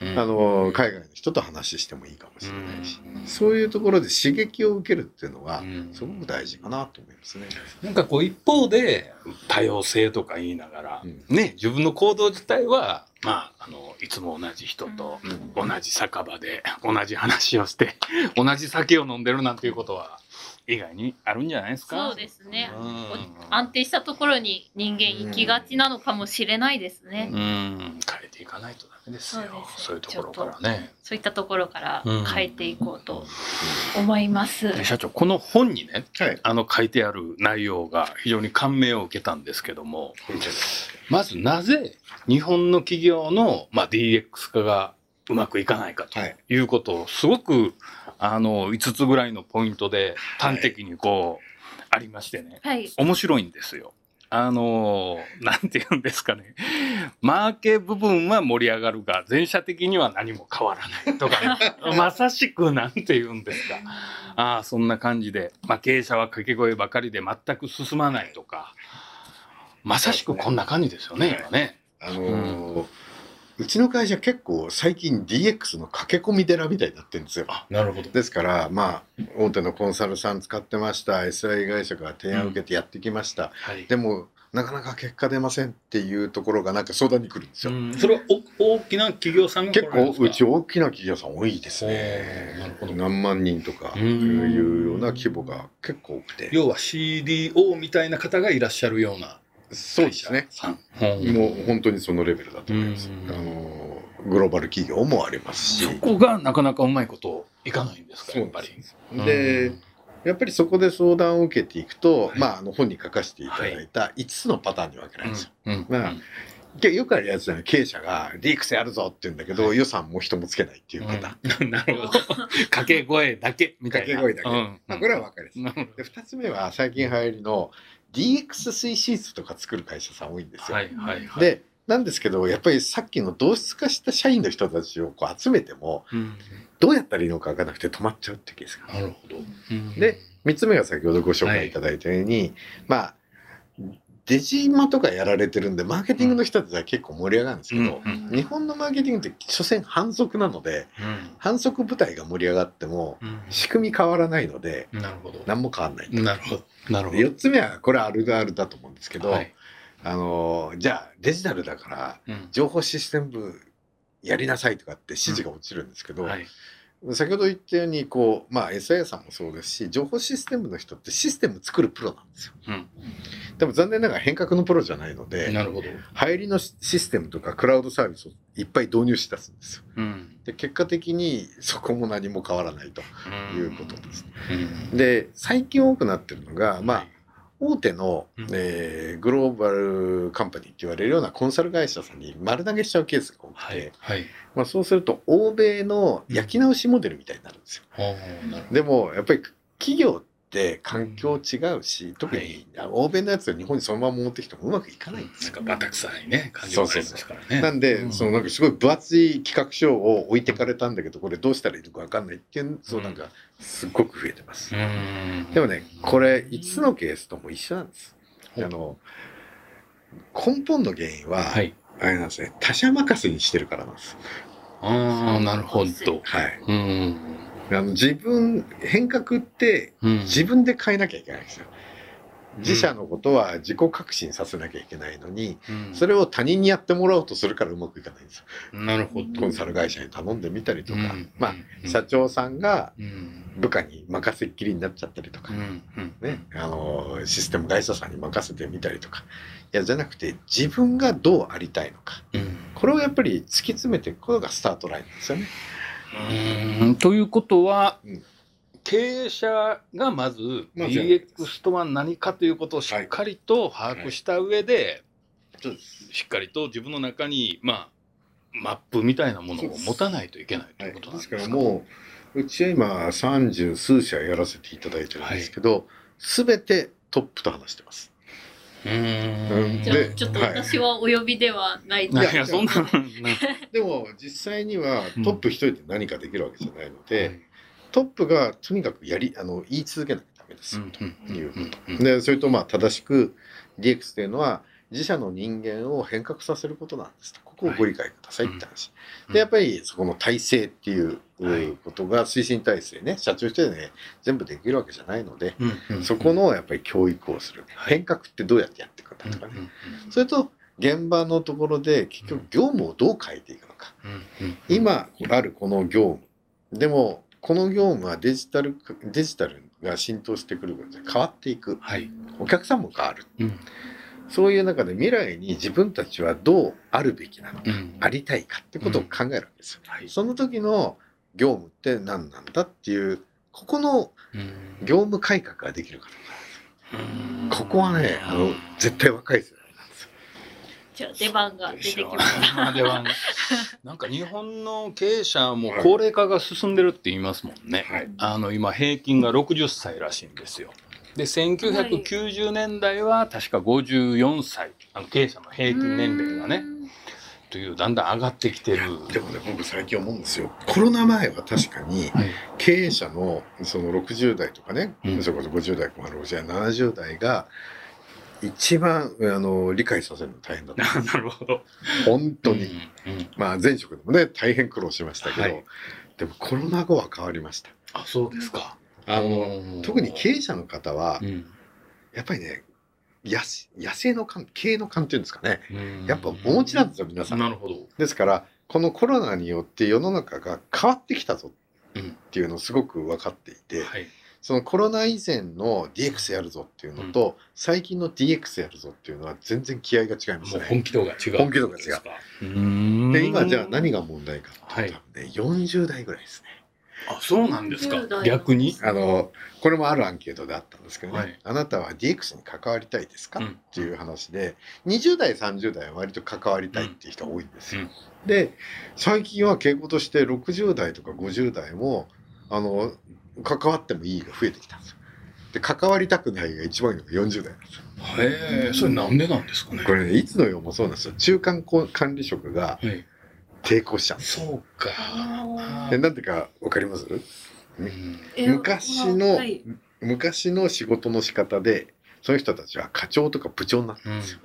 あの海外の人と話してもいいかもしれないし、そういうところで刺激を受けるっていうのはすごく大事かなと思いますね。 なんかこう一方で多様性とか言いながら、うん、ね、自分の行動自体はまああのいつも同じ人と同じ酒場で同じ話をして同じ酒を飲んでるなんていうことは以外にあるんじゃないですか。 そうですね。安定したところに人間行きがちなのかもしれないですね。 うん、変えていかないとダメですよ。そういうところからね。 そういったところから変えていこうと思います。 うん、社長、この本にね、はい、あの書いてある内容が非常に感銘を受けたんですけども、まずなぜ日本の企業の、まあ、ディーエックス 化がうまくいかないかということをすごくあのいつつぐらいのポイントで端的にこう、はい、ありましてね、はい、面白いんですよ。あのなんて言うんですかね、マーケ部分は盛り上がるが全社的には何も変わらないとか、ね、まさしくなんて言うんですか、ああそんな感じで、まあ、経営者は掛け声ばかりで全く進まないとか、まさしくこんな感じですよね、今ね。 あのーうんうちの会社結構最近 ディーエックス の駆け込み寺みたいになってるんですよ。 あ、なるほど。 ですからまあ大手のコンサルさん使ってました、 エスアイ 会社から提案を受けてやってきました、うんはい、でもなかなか結果出ませんっていうところがなんか相談に来るんですよ。 それはお大きな企業さんが結構うち大きな企業さん多いですね。なるほど。何万人とかいうような規模が結構多くて、 要は シーディーオー みたいな方がいらっしゃるような。 そうですね。もう本当にそのレベルだと思います。あのグローバル企業もありますし、 そこがなかなかうまいこといかないんですか、やっぱり。 で、やっぱりそこで相談を受けていくと、はい、まああの本に書かせていただいたいつつのパターンに分けられるんですよ。うんうんまあ、よくあるやつは経営者が ディーエックス やるぞって言うんだけど、はい、予算も人もつけないっていうパターン。 うん、なるほど。掛け声だけみたいな。 掛け声だけ。うん、まあこれは分かります。でふたつめは最近流行りのディーエックス 推進室とか作る会社さん多いんですよ。はいはいはい、でなんですけどやっぱりさっきの同質化した社員の人たちをこう集めても、うん、どうやったらいいのか分からなくて止まっちゃうっていうケースが。 なるほど。 うん、でみっつめが先ほどご紹介いただいたように、はい、まあデジマとかやられてるんでマーケティングの人たちは結構盛り上がるんですけど、うんうん、日本のマーケティングって所詮反則なので、うん、反則部隊が盛り上がっても、うん、仕組み変わらないので、 なるほど何も変わらない。 なるほど。なるほど。 よっつめはこれあるあるだと思うんですけど、はい、あのじゃあデジタルだから、うん、情報システム部やりなさいとかって指示が落ちるんですけど、うんはい、先ほど言ったようにこう、まあ、エスアイ さんもそうですし情報システムの人ってシステム作るプロなんですよ。うんでも残念ながら変革のプロじゃないので、 なるほど。 流行りのシステムとかクラウドサービスをいっぱい導入し出すんですよ。うん、で結果的にそこも何も変わらないということです。うん、で最近多くなってるのが、まあ、大手の、うんえー、グローバルカンパニーって言われるようなコンサル会社さんに丸投げしちゃうケースが多くて、はいはいまあ、そうすると欧米の焼き直しモデルみたいになるんですよ。うん、でもやっぱり企業ってで環境違うし、特に欧米のやつを日本にそのまま持ってきてもうまくいかないんですよ。 なんかバタ臭いね感じがありますからね。 そうそうそうなんで、うん、そのなんかすごい分厚い企画書を置いてかれたんだけどこれどうしたらいいのか分かんないっていう相談がすっごく増えてます。うん、でもねこれいつつのケースとも一緒なんです。あの根本の原因は、はい、あれなんですね他者任せにしてるからなんです。 ああなるほど。 はい。うんあの自分変革って自分で変えなきゃいけないんですよ。うん、自社のことは自己革新させなきゃいけないのに、うん、それを他人にやってもらおうとするからうまくいかないんですよ。 なるほど。 コンサル会社に頼んでみたりとか、うん、まあ社長さんが部下に任せっきりになっちゃったりとか、うんね、あのシステム会社さんに任せてみたりとか、いやじゃなくて自分がどうありたいのか、うん、これをやっぱり突き詰めていくことがスタートラインなんですよね。 うんということは、うん、経営者がまず ディーエックス とは何かということをしっかりと把握した上で、はいはい、しっかりと自分の中に、まあ、マップみたいなものを持たないといけないということなんですか。 はい、ですからもううちは今三十数社やらせていただいてるんですけど、すべ、はい、てトップと話してます。 うんじゃあちょっと私はお呼びではないと、 はい、いやそんなでも実際にはトップ一人で何かできるわけじゃないので、うん、トップがとにかくやりあの言い続けなきゃダメですよ、うん、ということでそれとまあ正しく ディーエックス というのは自社の人間を変革させることなんですとここをご理解くださいって話。で、やっぱりそこの体制っていうことが推進体制ね、社長一人でね、全部できるわけじゃないので、そこのやっぱり教育をする。変革ってどうやってやっていくんだとかね。それと、現場のところで結局業務をどう変えていくのか。今あるこの業務。でも、この業務はデジタル、デジタルが浸透してくることで変わっていく。はい、お客さんも変わる。うん、そういう中で未来に自分たちはどうあるべきなのか、うん、ありたいかってことを考えるわけですよ。うんはい、その時の業務って何なんだっていう、ここの業務改革ができるかどうか。ここはね、あの絶対若い世代。 じゃあ出番が出てきました。 出番。なんか日本の経営者も高齢化が進んでるって言いますもんね。はい、あの今平均がろくじゅっさいらしいんですよ。でせんきゅうひゃくきゅうじゅうねんだいは確かごじゅうよんさい、あの経営者の平均年齢がねというだんだん上がってきてる。 でもね僕最近思うんですよ。コロナ前は確かに経営者のそのろくじゅうだいとかね、うん、それこそごじゅうだいこまろくじゅうだいななじゅうだいが一番あの理解させるの大変だった。 なるほど。 本当に。うんうん、まあ前職でもね大変苦労しましたけど、はい、でもコロナ後は変わりました。 あ、そうですか。 あの特に経営者の方は、うん、やっぱりね野野生の感経営の感っていうんですかね。やっぱお持ちなんですよ皆さん。 なるほど。 ですからこのコロナによって世の中が変わってきたぞっていうのをすごく分かっていて。うんはいそのコロナ以前の ディーエックス やるぞっていうのと、うん、最近の ディーエックス やるぞっていうのは全然気合が違いますね。 もう本気度が違う。 本気度が違う。で、今じゃあ何が問題かっていうと、ね、よんじゅうだいぐらいですね。 あ、そうなんですか。逆にあの、これもあるアンケートであったんですけどね、はい、あなたは ディーエックス に関わりたいですか、うん、っていう話で、にじゅうだい、さんじゅうだいは割と関わりたいっていう人が多いんですよ。うんうん、で、最近は傾向としてろくじゅうだいとかごじゅうだいも、あの、関わってもいいが増えてきたんですよ。で、関わりたくないが一番いいのがよんじゅうだいなんですよ。 へえ、それなんでなんですかね。 これね、いつの世もそうなんですよ。中間管理職が抵抗しちゃうんです。 そうか。 で、なんていうかわかります？うん、昔の、はい、昔の仕事の仕方で、その人たちは課長とか部長になったんですよ。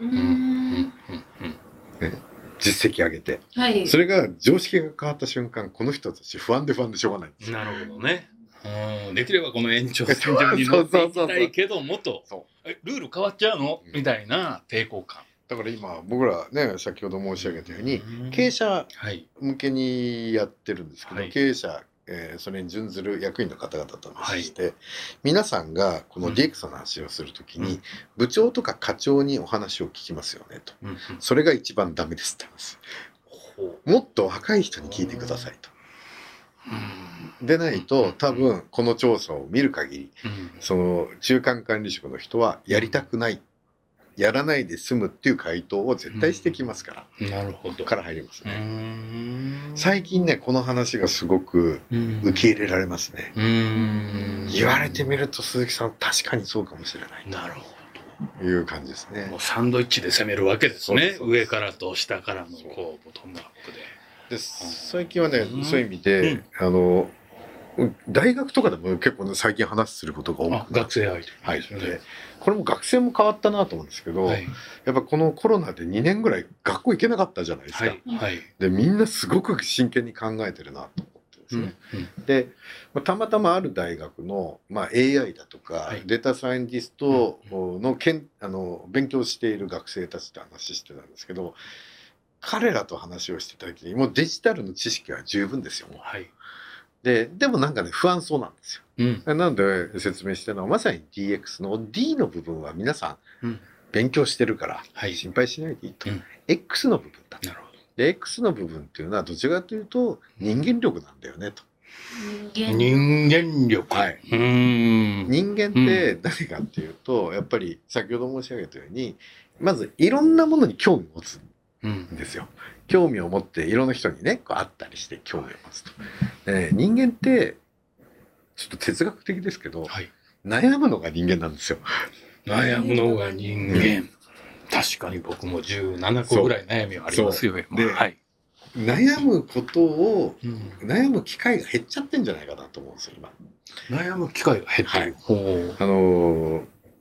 実績上げて、はい、それが常識が変わった瞬間この人たち不安で不安でしょうがないんですよ。 なるほどね。うんできればこの延長線上に乗っていきたいけどもとルール変わっちゃうの、うん、みたいな抵抗感。 だから今僕らね先ほど申し上げたように経営者向けにやってるんですけど、はい、経営者えー、それに準ずる役員の方々と話して、はい、皆さんがこの ディーエックス の話をするときに、うん、部長とか課長にお話を聞きますよねと、うんうん、それが一番ダメですって話。もっと若い人に聞いてくださいと。うん、でないと多分この調査を見る限り、うん、その中間管理職の人はやりたくない。やらないで済むっていう回答を絶対してきますから、 うん、なるほどから入りますね。最近ねこの話がすごく受け入れられますね。うん言われてみると鈴木さん確かにそうかもしれない。 なるほどいう感じですね。 もうサンドイッチで攻めるわけですね。上からと下からのこうボトムアップで。 で最近はね、うん、そういう意味で、うん、あの大学とかでも結構、ね、最近話することが多く学生相手はいでこれも学生も変わったなと思うんですけど、はい、やっぱこのコロナでにねんぐらい学校行けなかったじゃないですか、はいはい、でみんなすごく真剣に考えてるなと思ってですね、うんうん、でたまたまある大学の、まあ、エーアイ だとか、はい、データサイエンティストのけんあの勉強している学生たちと話してたんですけど彼らと話をしてた時にもうデジタルの知識は十分ですよ。はいで, でもなんかね不安そうなんですよ、うん、なので説明してるのはまさに ディーエックス の D の部分は皆さん勉強してるから心配しないでいいと、うん、X の部分だなるほどで X の部分っていうのはどちらかというと人間力なんだよねと。 人間力、はい、 うん人間って何かっていうとやっぱり先ほど申し上げたようにまずいろんなものに興味を持つんですよ、うん興味を持っていろんな人にねこう会ったりして興味を持つと、えー、人間ってちょっと哲学的ですけど、はい、悩むのが人間なんですよ。 悩むのが人間、うん、確かに僕もじゅうななこぐらい悩みはありますよ。で、はい、 悩むことを、うん、悩む機会が減っちゃってんじゃないかなと思うんですよ今。 悩む機会が減ってる、はい、 あのー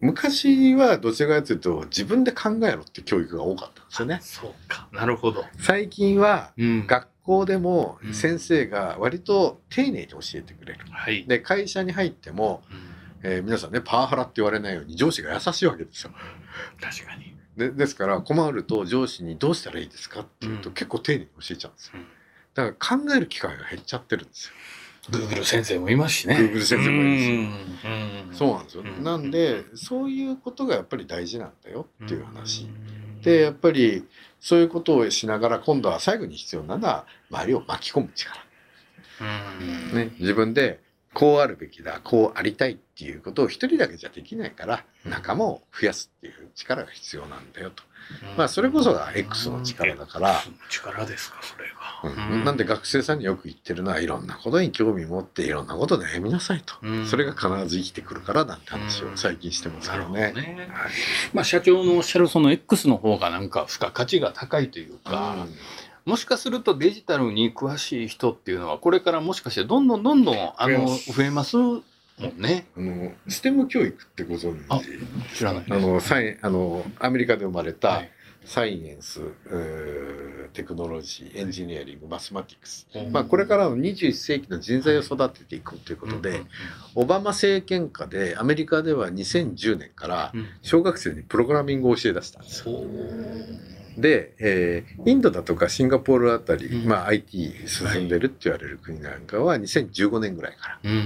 昔はどちらかというと自分で考えろって教育が多かったんですよね。 そうか、なるほど。 最近は学校でも先生が割と丁寧に教えてくれる。 はい、 で会社に入っても、うん、えー、皆さんねパワハラって言われないように上司が優しいわけですよ。 確かに。 でですから困ると上司にどうしたらいいですかっていうと、うん、結構丁寧に教えちゃうんですよ。だから考える機会が減っちゃってるんですよ。 Google 先生もいますしね。 Google 先生もいるし。そうなんですよ。なんでそういうことがやっぱり大事なんだよっていう話。でやっぱりそういうことをしながら今度は最後に必要なのは周りを巻き込む力。ね、自分でこうあるべきだ、こうありたいっていうことを一人だけじゃできないから仲間を増やすっていう力が必要なんだよと。まあそれこそが X の力だから。 力ですかそれが。 うん、なんで学生さんによく言ってるのはいろんなことに興味持っていろんなことで悩みなさいと、それが必ず生きてくるからなんて話を最近してますからね。ね、 はい、まあ社長のおっしゃるその X の方がなんか付加価値が高いというか、うん、もしかするとデジタルに詳しい人っていうのはこれからもしかしてどんどんどんどんあの増えますもんね。 あのステム教育ってご存知？ 知らないです。 あのサイあのアメリカで生まれた、はい、サイエンス、テクノロジー、エンジニアリング、マスマティクス、まあ、これからのにじゅういっ世紀の人材を育てていくということで、オバマ政権下でアメリカではにせんじゅうねんから小学生にプログラミングを教え出したんですよ。で、えー、インドだとかシンガポールあたり、うん、まあ アイティー 進んでるって言われる国なんかはにせんじゅうごねんぐらいから、うん、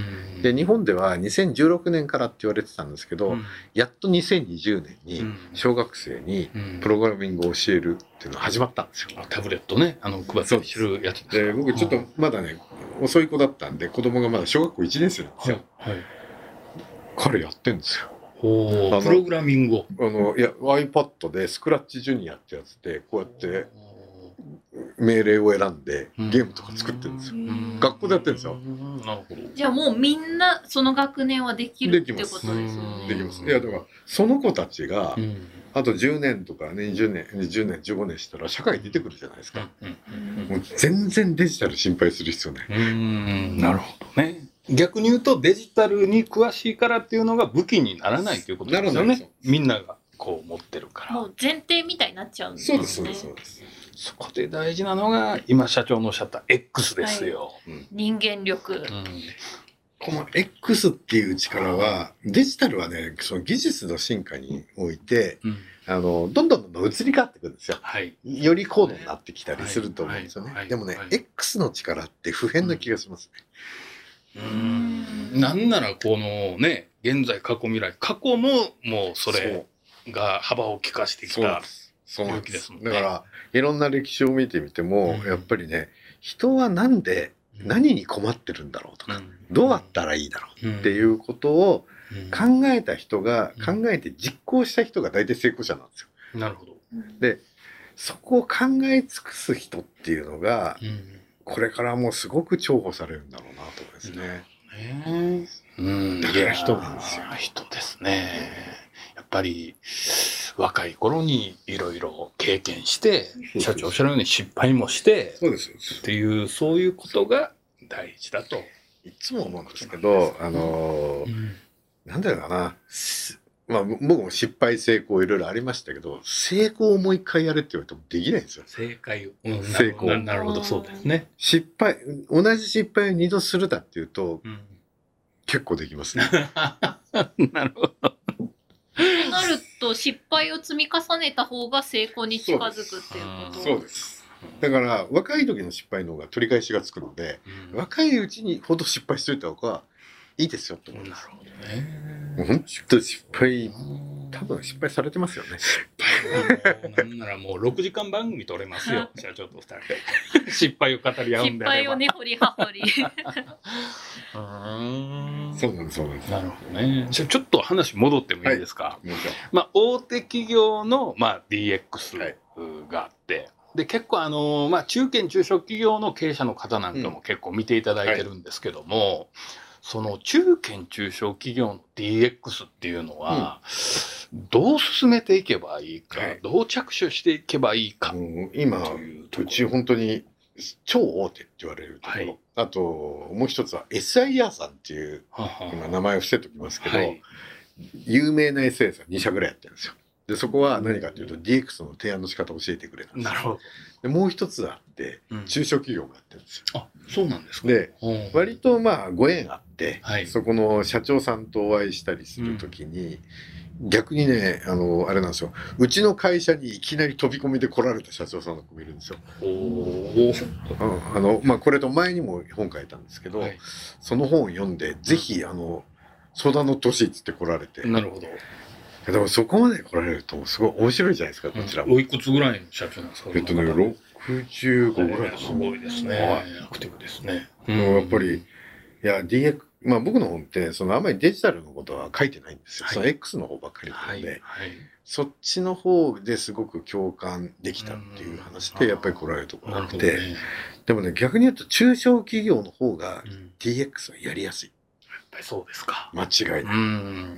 で日本ではにせんじゅうろくねんからって言われてたんですけど、うん、やっとにせんにじゅうねんに小学生にプログラミングを教えるっていうのが始まったんですよ。 うん、タブレットね、あの配って知るやつですか。 で僕ちょっとまだね遅い子だったんで子供がまだ小学校いちねん生なんですよ。はいはい、彼やってんですよ。 プログラミングをあのいや iPad でスクラッチジュニアってやつでこうやって命令を選んでゲームとか作ってるんですよ。学校でやってるんですよ。 なるほど。じゃあもうみんなその学年はできるってことですよね。 できます。いやだからその子たちがあとじゅうねんとかねにじゅうねんじゅうねんじゅうごねんしたら社会出てくるじゃないですか。もう全然デジタル心配する必要ない。 なるほどね。逆に言うとデジタルに詳しいからっていうのが武器にならないということですよね。みんながこう持ってるから。 もう前提みたいになっちゃうんですね。 そうですそうです。 そこで大事なのが今社長のおっしゃった X ですよ。 はいうん、人間力。うんこの X っていう力はデジタルはねその技術の進化において、うん、あのどんどんどんどん移り変わっていくんですよ、はい、より高度になってきたりすると思うんですよね、はいはい、でもね、はい、X の力って普遍な気がしますね。 うん、なんならこのね現在過去未来過去ももうそれが幅を利かしてきた領域ですもんね。 だからいろんな歴史を見てみても、うん、やっぱりね人はなんで何に困ってるんだろうとか、うん、どうやったらいいだろうっていうことを考えた人が、うん、考えて実行した人が大体成功者なんですよ。 なるほど。 でそこを考え尽くす人っていうのが、うん、これからもうすごく重宝されるんだろうなと思いますね。 ねうん、 だから人なんですよ。 人ですね。やっぱり若い頃にいろいろ経験して社長おっしゃるように失敗もしてそうですっていうそういうことが大事だといつも思うんですけど、あのーうん、なんだろうかな、まあ僕も失敗成功いろいろありましたけど成功をもう一回やれって言われてもできないんですよ。 正解を、 うん、成功なるほどそうですね。 失敗同じ失敗を二度するだっていうと、うん、結構できますね。 なるほど。 なると失敗を積み重ねた方が成功に近づくっていうこと。 そうです。だから若い時の失敗の方が取り返しがつくので、うん、若いうちにほど失敗しといた方がいいですよって思います。なるほどね。もう本当失敗多分失敗されてますよね。 なんならもうろくじかん番組撮れますよ社長とふたりで失敗を語り合うんであれば。 失敗を根掘り葉掘り。 そうなんですそうなんです。 なるほどね。じゃあちょっと話戻ってもいいですか。はい、まあ大手企業のまあ ディーエックス があって。はいで結構あのまあ中堅中小企業の経営者の方なんかも結構見ていただいてるんですけども、うんはい、その中堅中小企業の ディーエックス っていうのは、うん、どう進めていけばいいか、はい、どう着手していけばいいか、 うん、今うち本当に超大手って言われるところ、はい、あともう一つは エスアイアール さんっていう今名前を伏せておきますけど、はい、 有名な エスエス はに社ぐらいやってるんですよ。でそこは何かというと ディーエックス の提案の仕方を教えてくれたんですよ。 なるほど。 でもう一つあって中小企業もやってるんですよ。 あ、そうなんですか。 で割とまあご縁あって、 はい、 そこの社長さんとお会いしたりするときに、うん、逆にねあのあれなんですよ、うちの会社にいきなり飛び込みで来られた社長さんの子もいるんですよ。おあの、まあ、これと前にも本書いたんですけど、はい、その本を読んでぜひあの相談乗ってほしいっつって来られて。 なるほど。 でもそこまで来られるとすごい面白いじゃないですか、こちらも。 おいくつぐらいの社長なんですか。 えっとね、ろくじゅうごぐらいかな。 すごいですね。アクティブですね。 やっぱり、いや、ディーエックス、まあ僕の本って、そのあんまりデジタルのことは書いてないんですよ。その X の方ばっかりなので、そっちの方ですごく共感できたっていう話で、やっぱり来られるところがあって、でもね、逆に言うと中小企業の方が ディーエックス はやりやすい。 やっぱりそうですか。 間違いない。うん。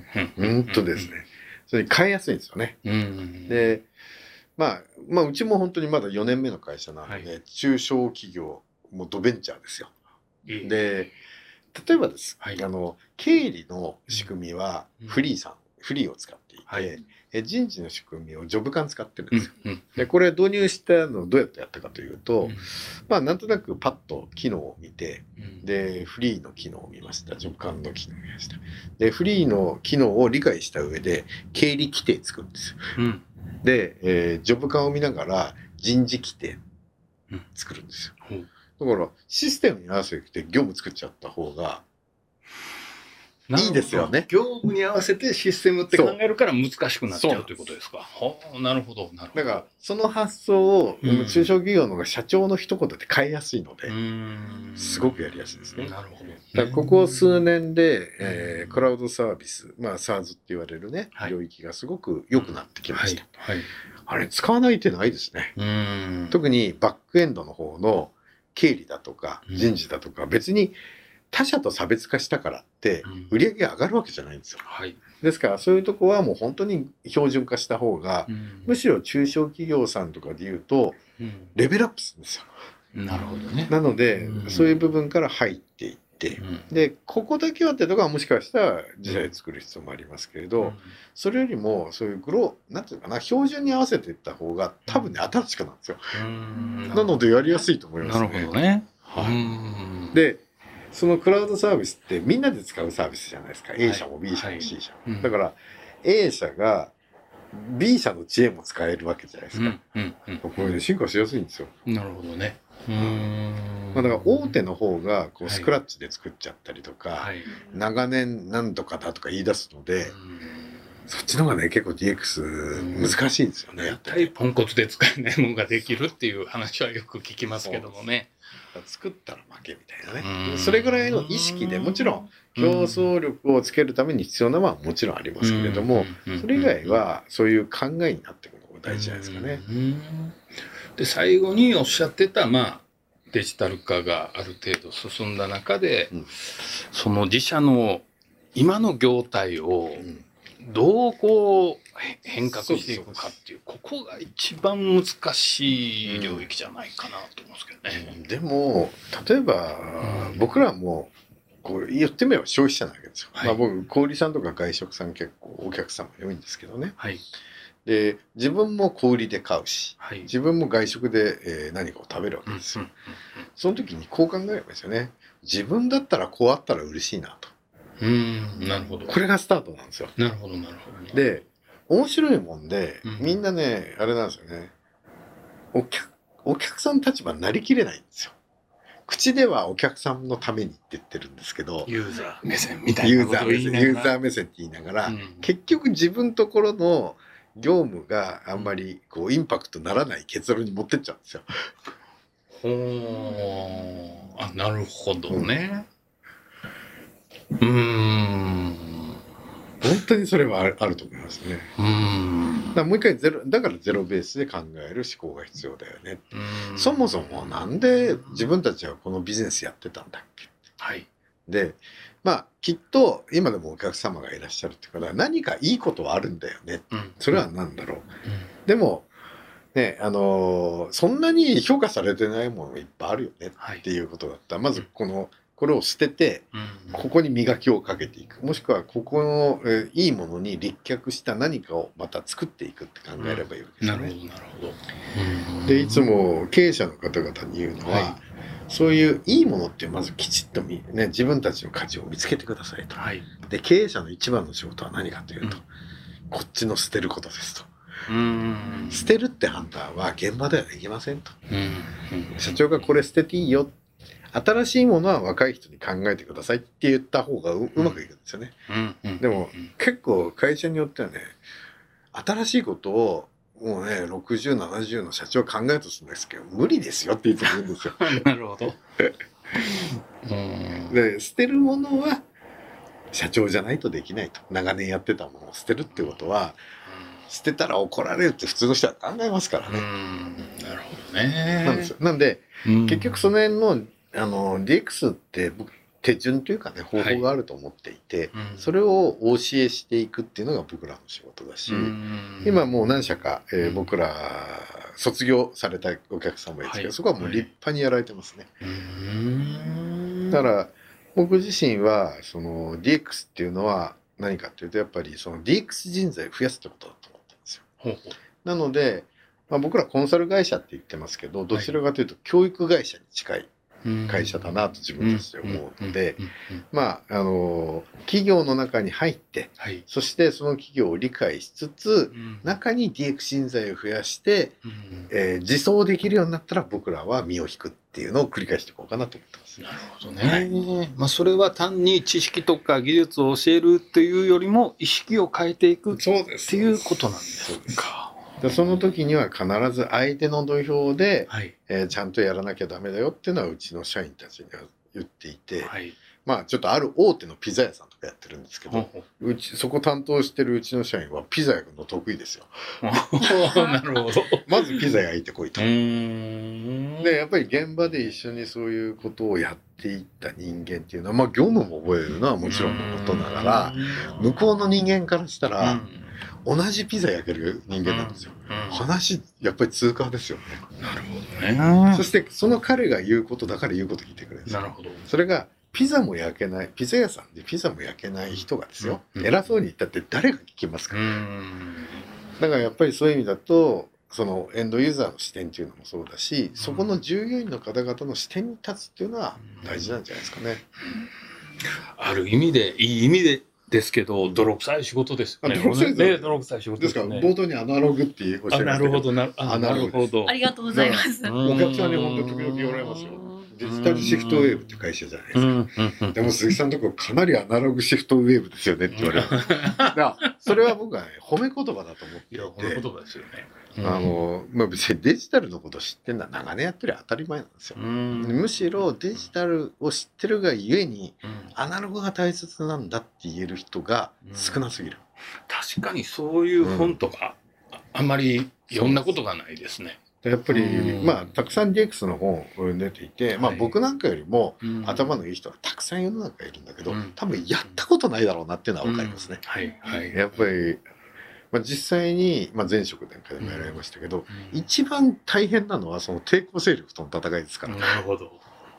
本当ですね。それに変えやすいんですよね。で、まあ、まあ、うちも本当にまだよねんめの会社なので、はい、中小企業、もうドベンチャーですよ。いいで、例えばです、はい、あの、経理の仕組みはフリーさん、うん、フリーを使っていて、はい、え人事の仕組みをジョブカン使ってるんですよ。うんうん、で、これ導入したのをどうやってやったかというと、うん、まあ、なんとなくパッと機能を見て、うん、で、フリーの機能を見ました。ジョブカンの機能を見ました。で、フリーの機能を理解した上で、経理規定作るんですよ。うんで、えー、ジョブ感を見ながら人事規定作るんですよ。うん、だからシステムに合わせて業務作っちゃった方がいいですよね。 業務に合わせてシステムって考えるから難しくなっちゃうということですか。はあ、なるほど、なるほど。 だからその発想を、うん、中小企業の方が社長の一言で変えやすいので、すごくやりやすいですね。 なるほど。 だからここ数年で、えー、クラウドサービス、まあ サーズ って言われるね、はい、領域がすごく良くなってきました。はいはい、あれ使わない手ないですね。うん特にバックエンドの方の経理だとか人事だとか、別に他社と差別化したからって売り上げが上がるわけじゃないんですよ。はい、ですからそういうとこはもう本当に標準化した方が、うん、むしろ中小企業さんとかで言うとレベルアップするんですよ。 うん、なるほどね。 なので、うん、そういう部分から入っていって、うん、でここだけはってとこはもしかしたら自社で作る必要もありますけれど、うん、それよりもそういうグローなんていうかな標準に合わせていった方が多分ね新しくなるんですよ。うんなのでやりやすいと思いますね。 なるほどね。 はい、でそのクラウドサービスってみんなで使うサービスじゃないですか。はい、A 社も B 社も C 社も。はい、だから A 社が B 社の知恵も使えるわけじゃないですか。うんうんうん、これで進化しやすいんですよ。 なるほどね。うーんまあ、だから大手の方がこうスクラッチで作っちゃったりとか、はい、長年何とかだとか言い出すので、そっちの方がね結構 ディーエックス 難しいんですよね。 やっぱりポンコツで使えないものができるっていう話はよく聞きますけどもね。 作ったら負けみたいなね。それぐらいの意識でもちろん競争力をつけるために必要なのはもちろんありますけれども、それ以外はそういう考えになっていくのが大事じゃないですかね。 で最後におっしゃってたまあデジタル化がある程度進んだ中で、うん、その自社の今の業態をどうこう変革していくかっていう、ここが一番難しい領域じゃないかなと思うんですけどね。 うん、でも例えば、うん、僕らもこう言ってみれば消費者なわけですよ。はい、まあ僕小売さんとか外食さん結構お客様多いんですけどね。はい、で自分も小売りで買うし、はい、自分も外食で、えー、何かを食べるわけですよ。その時にこう考えればいいですよね。自分だったらこうあったら嬉しいなと。 うーんなるほど。 これがスタートなんですよ。 なるほどなるほど。 で面白いもんで、うん、みんなねあれなんですよね。お客お客さんの立場になりきれないんですよ。口ではお客さんのためにって言ってるんですけど、 ユーザー目線みたいなことを言いながら、 ユーザー目線って言いながら、うん、結局自分ところの業務があんまりこうインパクトならない結論に持ってっちゃうんですよ。 ほー、あ、なるほどね。うーん。 本当にそれはある、あると思いますね。うーん。だからもう一回ゼロ、だからゼロベースで考える思考が必要だよね。うん。そもそもなんで自分たちはこのビジネスやってたんだっけ。はい。で、まあきっと今でもお客様がいらっしゃるってから何かいいことはあるんだよね。うん、それは何だろう。うん、でもね、あのー、そんなに評価されてないものがいっぱいあるよねっていうことだったら、まずこのこれを捨てて、ここに磨きをかけていく。もしくは、ここの、えー、いいものに立脚した何かをまた作っていくって考えればいいわけですね。なるほど、なるほど。で、いつも経営者の方々に言うのは、はい、そういういいものってまずきちっと見、ね、自分たちの価値を見つけてくださいと。はい、で、経営者の一番の仕事は何かというと、うん、こっちの捨てることですと。うん捨てるって判断は現場ではできませんと。うん社長がこれ捨てていいよ。新しいものは若い人に考えてくださいって言った方が う, うまくいくんですよね。でも結構会社によってはね、新しいことをもうね、ろくじゅう、ななじゅうの社長考えようとするんですけど、無理ですよって言ってくるんですよ。 なるほど。 で、捨てるものは社長じゃないとできないと。長年やってたものを捨てるってことは、捨てたら怒られるって普通の人は考えますからね。 なるほどね。 なんですよ。なんで、結局その辺の、あの、ディーエックス って僕、手順というかね、方法があると思っていて、はい、それをお教えしていくっていうのが僕らの仕事だし、今もう何社か、えー、僕ら卒業されたお客様もいるんですけど、はい、そこはもう立派にやられてますね。はい、だから、僕自身は、その ディーエックス っていうのは何かっていうと、やっぱりその ディーエックス 人材を増やすってことだと思ってるんですよ。ほうほうなので、まあ、僕らコンサル会社って言ってますけど、どちらかというと教育会社に近い会社だなと自分たちで思うので、まあ、あの、企業の中に入って、はい、そしてその企業を理解しつつ、うん、中に ディーエックス 人材を増やして、うんえー、自走できるようになったら僕らは身を引くっていうのを繰り返していこうかなと思ってます。 なるほどね。はい、まあ、それは単に知識とか技術を教えるっていうよりも意識を変えていくっていうことなんですか。 でその時には必ず相手の土俵で、はいえー、ちゃんとやらなきゃダメだよっていうのはうちの社員たちには言っていて、はい、まあちょっとある大手のピザ屋さんとかやってるんですけど、うちそこ担当してるうちの社員はピザ焼くの得意ですよ。 なるほど。 まずピザ焼いてこいと。でやっぱり現場で一緒にそういうことをやっていった人間っていうのは、まあ業務も覚えるのはもちろんのことながら、向こうの人間からしたら、同じピザ焼ける人間なんですよ。うんうん、話、やっぱり通過ですよね。 なるほどね。 そして、その彼が言うことだから言うこと聞いてくれるんですよ。なるほど。それが、ピザも焼けない、ピザ屋さんでピザも焼けない人がですよ。うん、偉そうに言ったって誰が聞きますか、うん、だからやっぱりそういう意味だと、そのエンドユーザーの視点っていうのもそうだし、そこの従業員の方々の視点に立つっていうのは大事なんじゃないですかね。 うん、ある意味で、いい意味で、ですけど、泥臭い仕事ですよね。泥臭いね、泥臭い仕事ですね。ですから、冒頭にアナログっておっしゃいましたけど。なるほど、 なるほど。ありがとうございます。 お客さんに本当に時々言われますよ。デジタルシフトウェーブって会社じゃないですか。でも鈴木さんのところかなりアナログシフトウェーブですよねって言われる。だからそれは僕はね、褒め言葉だと思っていて。 褒め言葉ですよね。 あの、まあ、別にデジタルのことを知ってるのは長年やってる当たり前なんですよ。むしろデジタルを知ってるがゆえに、アナログが大切なんだって言える人が少なすぎる。 確かにそういう本とか、うん、あんまり読んだことがないですね。 やっぱり、まあ、たくさん ディーエックス の本を出ていて、はい、まあ僕なんかよりも頭のいい人はたくさん世の中いるんだけど、うん、多分やったことないだろうなっていうのは分かりますね。はいはい、やっぱり、まあ、実際に、まあ、前職なんかでもやられましたけど、うん、一番大変なのはその抵抗勢力との戦いですから。 なるほど。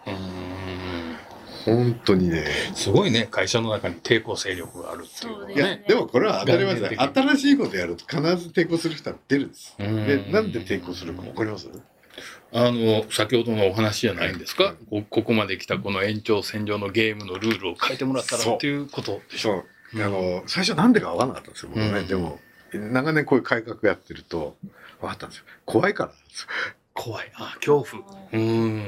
本当にね。 すごいね、会社の中に抵抗勢力があるっていうのはね。 いや、でもこれは当たり前です。新しいことやると必ず抵抗する人は出るんです。で、なんで抵抗するか分かります？ あの、先ほどのお話じゃないんですか、こここまで来たこの延長線上のゲームのルールを変えてもらったらっていうことでしょう。 そう。あの、最初なんでか分からなかったんですよ、僕ね。うん、でも、長年こういう改革やってると、分かったんですよ。怖いからなんですよ。 怖い。あ、恐怖。 うん。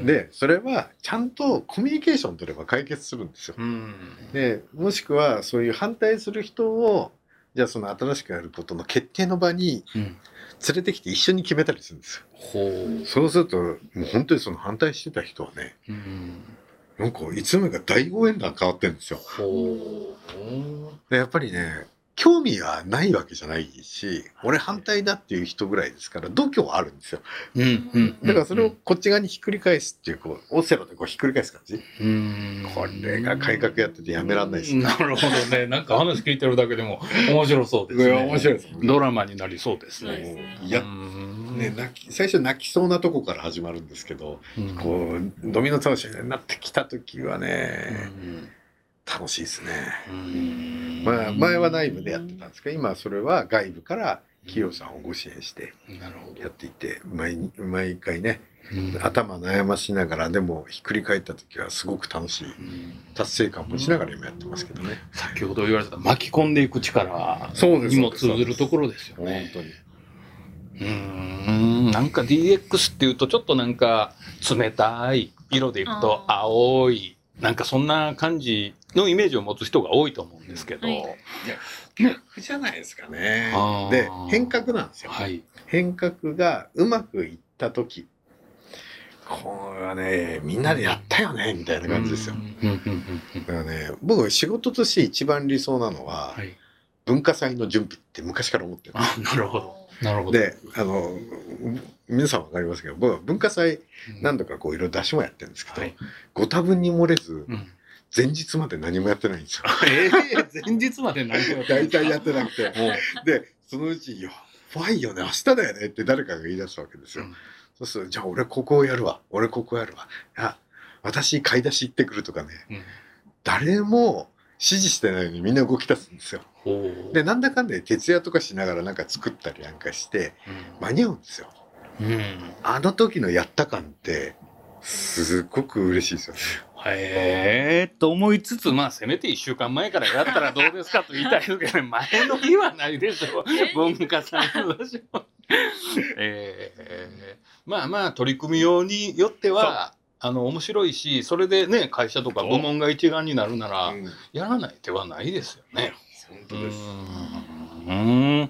で、それはちゃんとコミュニケーション取れば解決するんですよ。うん。で、もしくはそういう反対する人を、じゃあその新しくやることの決定の場に連れてきて一緒に決めたりするんですよ。ほう。そうすると、もう本当にその反対してた人はね、うん、なんかいつの間にか大応援団変わってるんですよ。ほう。で、やっぱりね、興味はないわけじゃないし、俺反対だっていう人ぐらいですから、度胸はあるんですよ。うんうん。だからそれをこっち側にひっくり返すっていう、こう、オセロでこうひっくり返す感じ。うん。これが改革やっててやめらんないですね。 なるほどね。なんか話聞いてるだけでも面白そうですね。 面白いです。 ドラマになりそうですね。 や、 ね、泣き最初泣きそうなとこから始まるんですけど、うん、こうドミノ倒しになってきた時はね、うん、楽しいですね。うん、まあ、前は内部でやってたんですけど、今それは外部から企業さんをご支援してやっていて、毎, 毎回ね、うん、頭悩ましながらでもひっくり返った時はすごく楽しい達成感を持ちながら今やってますけどね。 先ほど言われた巻き込んでいく力にも通ずるところですよね。本当に。うーん、なんか ディーエックス っていうとちょっとなんか冷たい色でいくと青いなんかそんな感じのイメージを持つ人が多いと思うんですけど、はい、いや逆じゃないですかね。で変革なんですよ、はい、変革がうまくいった時、これはねみんなでやったよねみたいな感じですよ。だからね、僕仕事として一番理想なのは、はい、文化祭の準備って昔から思ってるんです。 なるほど。なるほど。 で、あの皆さんわかりますけど、僕は文化祭何度かこういろいろ出しもやってるんですけど、はい、ご多分に漏れず、うん、前日まで何もやってないんですよ。 ええー、前日まで何もやってない。 大体やってなくて、でそのうちいや怖いよね明日だよねって誰かが言い出すわけですよ。うん、そうするとじゃあ俺ここをやるわ、俺ここやるわ、あ私買い出し行ってくるとかね、うん、誰も指示してないのにみんな動き出すんですよ。でなんだかんだ徹夜とかしながらなんか作ったりなんかして間に合うんですよ。うん、あの時のやった感ってすっごく嬉しいですよね。 へえと思いつつ、まあせめていっしゅうかんまえからやったらどうですかと言いたいけど、ね、前の日はないでしょう文化祭の年も。えー、まあまあ取り組みようによってはあの面白いし、それでね会社とか部門が一丸になるなら、うん、やらない手はないですよね。 本当です。 うん、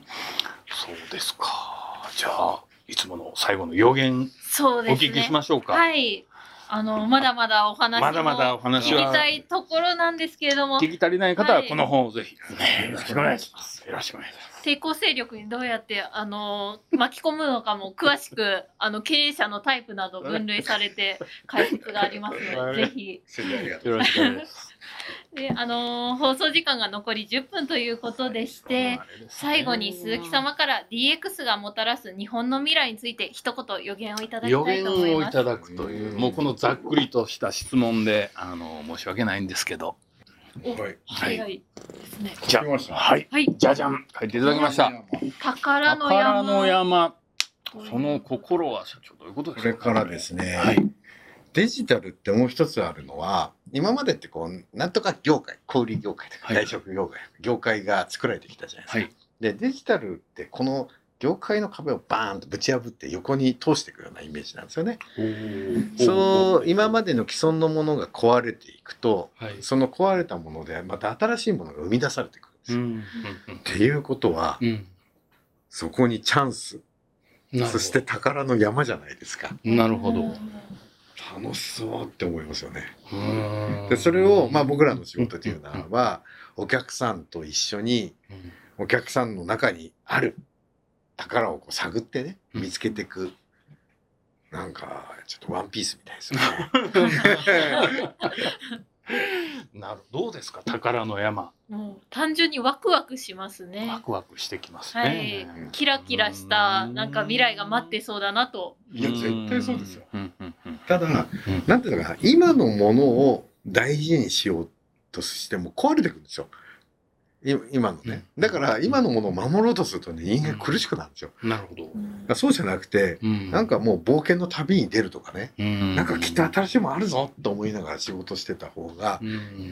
そうですか。じゃあいつもの最後の予言お聞きしましょうか。 はい。あのまだまだお話も聞きたいところなんですけれども、 聞き足りない方はこの本をぜひ、はい、よろしくお願いします。よろしくお願いします。 抵抗勢力にどうやってあの巻き込むのかも詳しくあの経営者のタイプなど分類されて解説がありますのでぜひよろしくお願いします。 であの放送時間が残りじゅっぷんということでして、ね、最後に鈴木様から ディーエックス がもたらす日本の未来について一言予言をいただきたいと思います。 予言をいただくというもうこのざっくりとした質問であの申し訳ないんですけど、 はい、はい、ですね。 じゃあ、はい、はい、じゃじゃん、書いていただきました。 宝の山。 宝の山。その心は社長どういうことですか。 これからですね。はい。デジタルってもう一つあるのは、今までってこうなんとか業界、小売業界とか外食業界、はい、業界が作られてきたじゃないですか。はい、でデジタルってこの業界の壁をバーンとぶち破って横に通していくようなイメージなんですよね。その今までの既存のものが壊れていくと、はい、その壊れたものでまた新しいものが生み出されていくんですよ。うんうんうん、っていうことは、うん、そこにチャンス、そして宝の山じゃないですか。 なるほど。 楽しそうって思いますよね。でそれをまあ僕らの仕事というのはお客さんと一緒にお客さんの中にある宝をこう探ってね見つけていく、なんかちょっとワンピースみたいですよね。 なるどうですか宝の山。 もう単純にワクワクしますね。 ワクワクしてきますね。 はい、キラキラしたなんか未来が待ってそうだなと。 いや絶対そうですよ。ただなんていうのかな、今のものを大事にしようとしても壊れてくるんですよ。今のね、だから今のものを守ろうとするとね人間苦しくなるんですよ。 なるほど。 そうじゃなくて、うん、なんかもう冒険の旅に出るとかね、うん、なんかきっと新しいものあるぞと思いながら仕事してた方が、うん、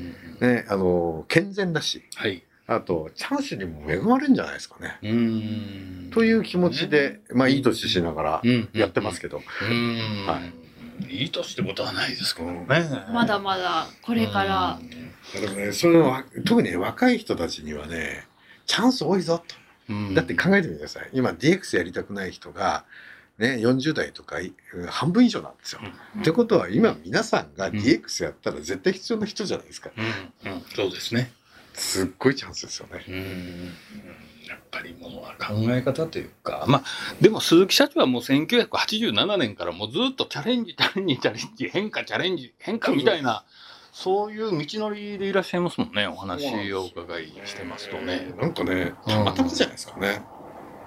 ね、あの健全だし、はい、あとチャンスにも恵まれるんじゃないですかね。うんという気持ちで、まあいい年しながらやってますけど、 はい、いい年ってことはないですけどね。 まだまだこれから。 だからね、それは特に、ね、若い人たちにはねチャンス多いぞと、うん、だって考えてみてください。今 ディーエックス やりたくない人が、ね、よんじゅう代とか半分以上なんですよ。うん、ってことは今皆さんが ディーエックス やったら絶対必要な人じゃないですか。 うんうん、そうですね。 すっごいチャンスですよね。うん、 やっぱりものは考え方というか、まあでも鈴木社長はもうせんきゅうひゃくはちじゅうななねんからもうずっとチャレンジチャレンジチャレンジ変化チャレンジ変化みたいな。そういう道のりでいらっしゃいますもんね。お話をお伺いしてますとね。 なんかね、たまたまじゃないですかね。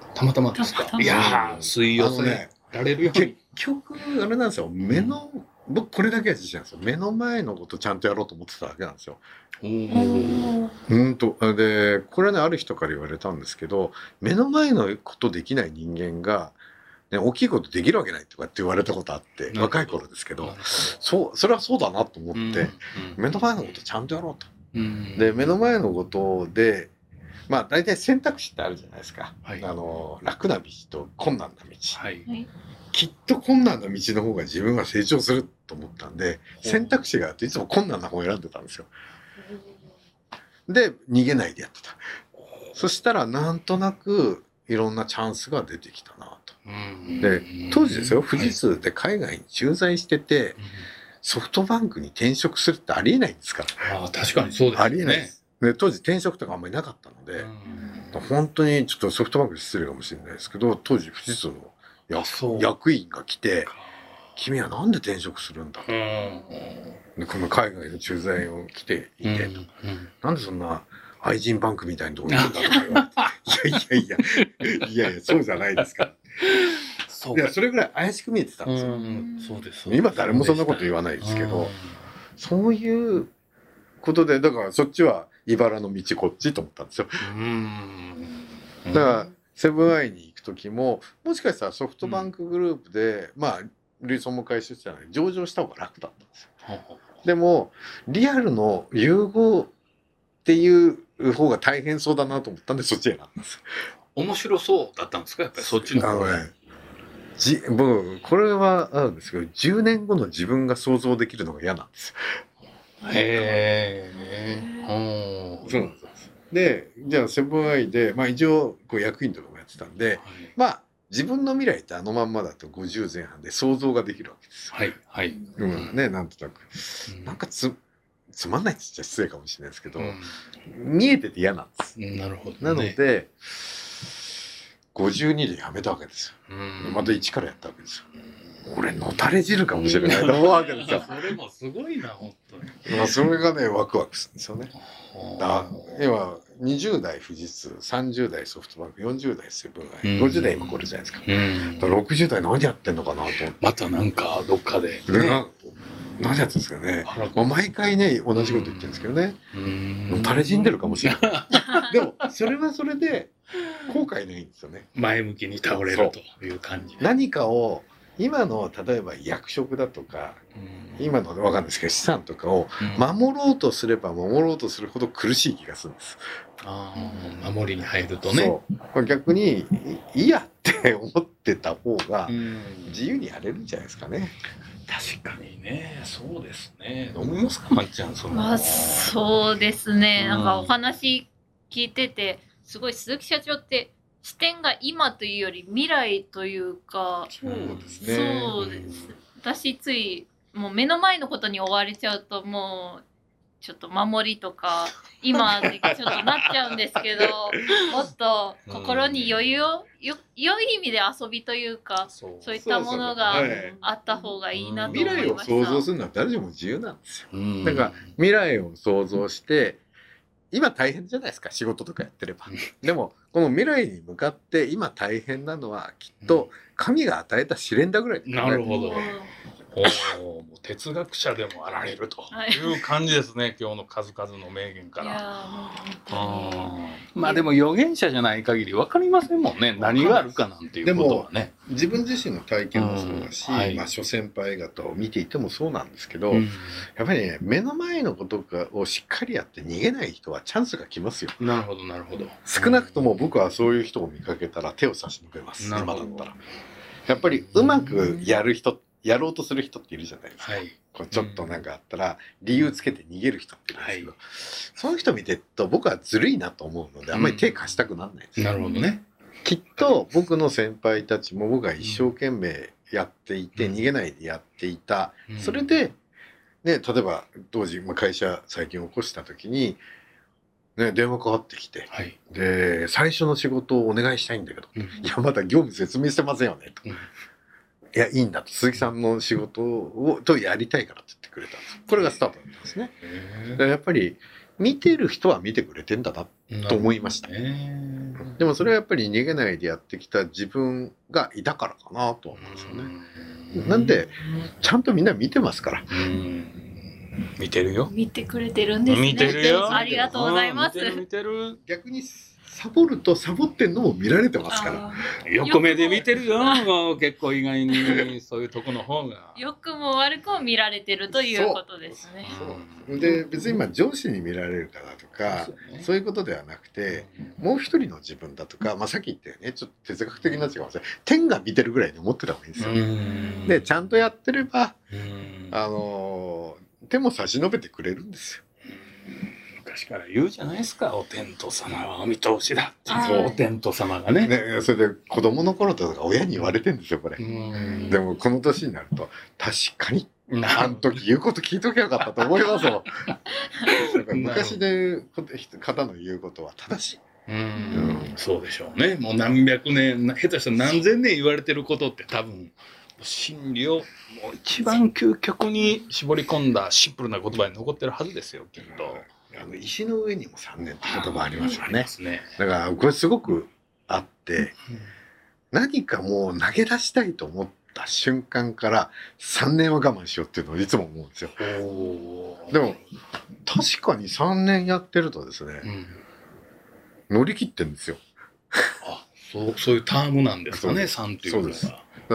たまたまですか。いやー、吸い寄せられるように。 結局、あれなんですよ。目の、僕これだけは自信なんですよ。目の前のことちゃんとやろうと思ってただけなんですよ。うんと。で、これね、ある人から言われたんですけど、目の前のことできない人間が、ね、大きいことできるわけないとかって言われたことあって、若い頃ですけど、そう、それはそうだなと思って、うんうん、目の前のことちゃんとやろうと。うん、で、目の前のことで、まあ大体選択肢ってあるじゃないですか。はい、あの、楽な道と困難な道。はい、きっと困難な道の方が自分は成長すると思ったんで、選択肢があっていつも困難な方を選んでたんですよ。で、逃げないでやってた。そしたらなんとなくいろんなチャンスが出てきたなと。で、当時ですよ、富士通で海外に駐在してて、ソフトバンクに転職するってありえないんですから。 ああ、確かにそうですね。 ありえないです。で、当時転職とかあんまりなかったので、本当にちょっとソフトバンク失礼かもしれないですけど、当時富士通の役, 役員が来て、君はなんで転職するんだと。でこの海外の駐在を来ていて、となんでそんな愛人バンクみたいなところに行くんだとか言われて、いやいやいや、いやいや、そうじゃないですから。そういや、それぐらい怪しく見えてたんですよ。そうです。今誰もそんなこと言わないですけど、そういうことで、だからそっちは茨の道こっちと思ったんですよ。だからセブンアイに行く時も、もしかしたらソフトバンクグループで、まあ類損も回収してたので上場した方が楽だったんですよ。でもリアルの融合っていう方が大変そうだなと思ったんでそっちへなんです。 面白そうだったんですか、やっぱりそっちの方が。 じ僕これはあるんですけど、じゅうねんごの自分が想像できるのが嫌なんですよ。へえ。そうなんです。で、じゃあセブンアイで、まあ一応こう役員とかもやってたんで、はい、まあ自分の未来ってあのまんまだとごじゅうぜん半で想像ができるわけですよ。はいはい。うんね、なんとなく、うん、なんかつつまんないって言っちゃ失礼かもしれないですけど、うん、見えてて嫌なんです。なるほど、ね。なのでごじゅうにで辞めたわけですよ。うん、また一からやったわけですよ。俺のたれ汁かもしれないと思うわけですよ。 それもすごいな本当に。 まあそれがねワクワクするんですよね。だ今にじゅう代富士通、さんじゅう代ソフトバンク、よんじゅう代セブンアイ、ごじゅう代今これじゃないですか。だろくじゅう代何やってんのかなと思って。 またなんかどっかで。 何やってんですかね。まあ毎回ね同じこと言ってるんですけどね。のたれ死んでるかもしれない。でもそれはそれで後悔ないんですよね。 前向きに倒れるという感じ。 何かを今の例えば役職だとか、うん、今の分かんないですけど資産とかを守ろうとすれば守ろうとするほど苦しい気がするんです。 ああ、守りに入るとね。 そう逆にいいやって思ってた方が自由にやれるんじゃないですかね。 確かにね、そうですね。どう思いますか、まっちゃん。そのまあそうですね。なんかお話聞いててすごい鈴木社長って。視点が今というより未来というか、 そうですね。 そうです。私ついもう目の前のことに追われちゃうともうちょっと守りとか今でちょっとなっちゃうんですけど、もっと心に余裕をよ良い意味で遊びというか、そうそういったものがあった方がいいなと思いました。 未来を想像するのは誰でも自由なんですよ。だから未来を想像して。今大変じゃないですか仕事とかやってれば。でもこの未来に向かって今大変なのはきっと神が与えた試練だぐらいですね。 なるほど。おもう哲学者でもあられるという感じですね、はい、今日の数々の名言から。いやあまあでも預言者じゃない限り分かりませんもんね、何があるかなんていうことはね。 でも自分自身の体験もそうだし、うんはい、まあ諸先輩方を見ていてもそうなんですけど、うん、やっぱりね目の前のことをしっかりやって逃げない人はチャンスが来ますよ。 なるほどなるほど。 少なくとも僕はそういう人を見かけたら手を差し伸べます。今だったらやっぱりうまくやる人やろうとする人っているじゃないですか、はい、こうちょっとなんかあったら理由つけて逃げる人っているんですけど、はい、そういう人見てると僕はずるいなと思うのであんまり手貸したくならないんですよ、 うん、なるほどね。 きっと僕の先輩たちも僕が一生懸命やっていて、うん、逃げないでやっていた、うん、それで、ね、例えば当時会社最近起こした時に、ね、電話かかってきて、はい、で最初の仕事をお願いしたいんだけど、うん、いやまだ業務説明してませんよねと。うんいやいいんだと鈴木さんの仕事をとやりたいからって言ってくれたんです。これがスタートだったんですね。やっぱり見てる人は見てくれてんだなと思いました。でもそれはやっぱり逃げないでやってきた自分がいたからかなと思うんですよね。なんでちゃんとみんな見てますから。 見てるよ。 見てくれてるんですね。 見てるよ。 ありがとうございます。 見てる見てる。 逆にサボるとサボってんのも見られてますから。 横目で見てるよ。もう結構意外にそういうとこの方が。 良くも悪くも見られてるということですね。 そうで別に今上司に見られるからとかそう、ね,、そういうことではなくて、もう一人の自分だとか、まあ、さっき言ったよねちょっと哲学的になっちゃうかもしれない。天が見てるぐらいに思ってた方がいいんですよ。でちゃんとやってればあの手も差し伸べてくれるんですよ。 昔から言うじゃないですか、お天道様はお見通しだって。お天道様がね。 ね、それで子供の頃とか親に言われてんですよこれ。でもこの年になると確かにあの時言うこと聞いときゃよかったと思いますよ。昔で方の言うことは正しい。 うん、そうでしょうね。もう何百年下手したら何千年言われてることって多分真理をもう一番究極に絞り込んだシンプルな言葉に残ってるはずですよきっと。 あの石の上にもさんねんって言葉ありますよね。だからこれすごくあって、何かもう投げ出したいと思った瞬間からさんねんは我慢しようっていうのをいつも思うんですよ。でも確かにさんねんやってるとですね、うん、乗り切ってるんですよ。 あ、そうそういうタームなんですかね、さんっていうのが。 そうです。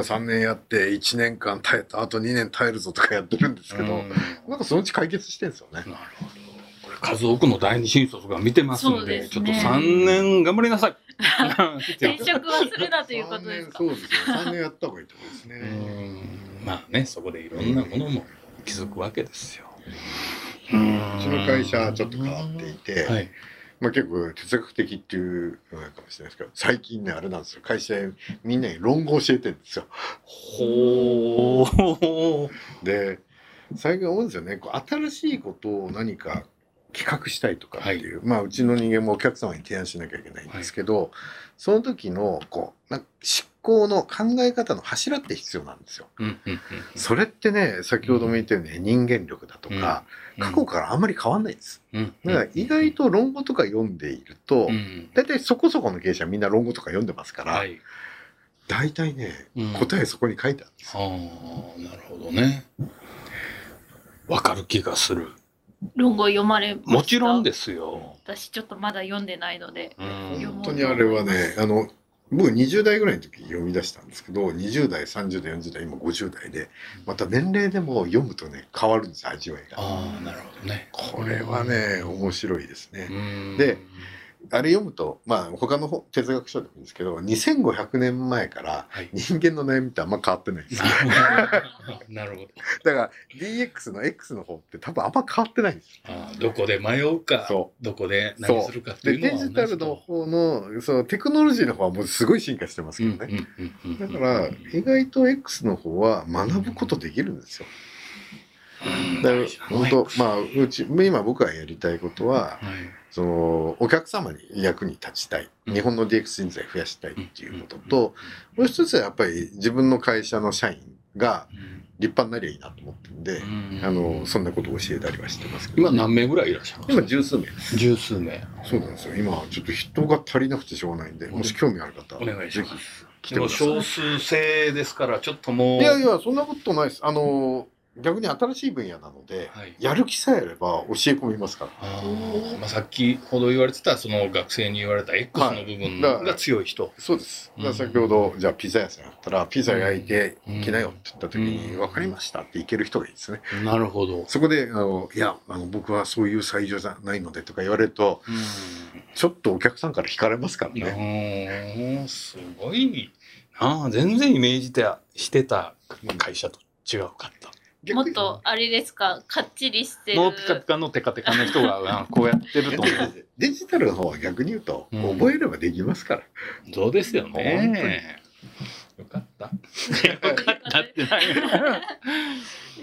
さんねんやっていちねんかん耐えたあとにねん耐えるぞとかやってるんですけど、うん、なんかそのうち解決してるんですよね。なるほど。 数多くの第二新卒が見てますん で, で、ね、ちょっとさんねん頑張りなさい。 転職はするなということですか。 そうですよ。さんねんやった方がいいと思いますね。 まあね、そこでいろんなものも気づくわけですよ。 うちの会社ちょっと変わっていて、はい、まあ結構哲学的っていうのかもしれないですけど、最近ねあれなんですよ。会社でみんなに論語を教えてるんですよ。 ほー。 で、最近思うんですよね。こう新しいことを何か企画したいとかっていう、はい、まあうちの人間もお客様に提案しなきゃいけないんですけど、はい、その時のこうなんか思考の考え方の柱って必要なんですよ。それってね先ほども言ったように、ね、人間力だとか、うん、過去からあんまり変わんないんです。うん、だから意外と論語とか読んでいると、うん、大体そこそこの経営者はみんな論語とか読んでますから、はい、大体ね、うん、答えそこに書いてあるんですよ。 ああ、なるほどね。わかる気がする。 論語読まれました？ もちろんですよ。 私ちょっとまだ読んでないので。 本当にあれはね、あの僕にじゅう代ぐらいの時読み出したんですけど、にじゅう代、さんじゅう代、よんじゅう代、今ごじゅう代で、また年齢でも読むとね変わるんです、味わいが。 ああ、なるほどね。 これはね面白いですね。で、あれ読むと、まあ他の哲学書でもいいんですけど、にせんごひゃくねんまえから人間の悩みってあんま変わってないんですよ。 なるほど。 だから ディーエックス の X の方って多分あんま変わってないんですよ。 ああ、どこで迷うか、どこで何するかっていうのは。 でデジタルの方のそのテクノロジーの方はもうすごい進化してますけどね。だから意外と X の方は学ぶことできるんですよ。だから本当まあうち今僕がやりたいことは、はい、そのお客様に役に立ちたい、日本の ディーエックス 人材増やしたいっていうことと、もう一つはやっぱり自分の会社の社員が立派になりゃいいなと思ってるんで、あのそんなことを教えたりはしてますけど、 今何名ぐらいいらっしゃるんですか？ 今十数名です。 十数名。 そうなんですよ。今ちょっと人が足りなくてしょうがないんで、もし興味ある方お願いします。でも少数制ですからちょっともう。 いやいやそんなことないです。あの逆に新しい分野なので、はい、やる気さえあれば教え込みますから。 あ、まあ、さっきほど言われてたその学生に言われた X の部分が強い人、 はい、そうです。だから先ほどじゃあピザ屋さんやったらピザ焼いてきなよって言った時に分かりましたっていける人がいいですね。 なるほど。 そこであのいやあの僕はそういう採用じゃないのでとか言われるとちょっとお客さんから引かれますからね。 うん、すごいなあ。全然イメージしてた会社と違うかった。 もっとあれですか、かっちりしてる。 もうピカピカのテカテカの人がこうやってると思う。 デジタルの方は逆に言うと、うん、覚えればできますから。 そうですよね。よかった。よかったってない。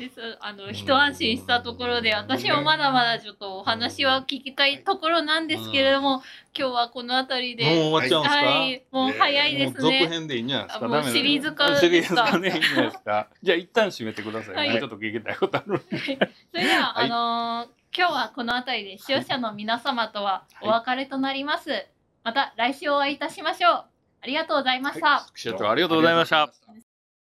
ですあの一安心したところで、私もまだまだちょっとお話は聞きたいところなんですけれども、今日はこの辺りで、 もう終わっちゃうんですか？ はい、もう早いですね。 続編でいいんじゃないですか。 もうシリーズ化シリーズ化ね、いいんじゃないですか。じゃあ一旦締めてください。 はい、 もうちょっと聞きたいことある。 それでは、はい、あのー、今日はこの辺りで視聴者の皆様とはお別れとなります。はい、また来週お会いいたしましょう。ありがとうございました。 はい、ありがとうございました。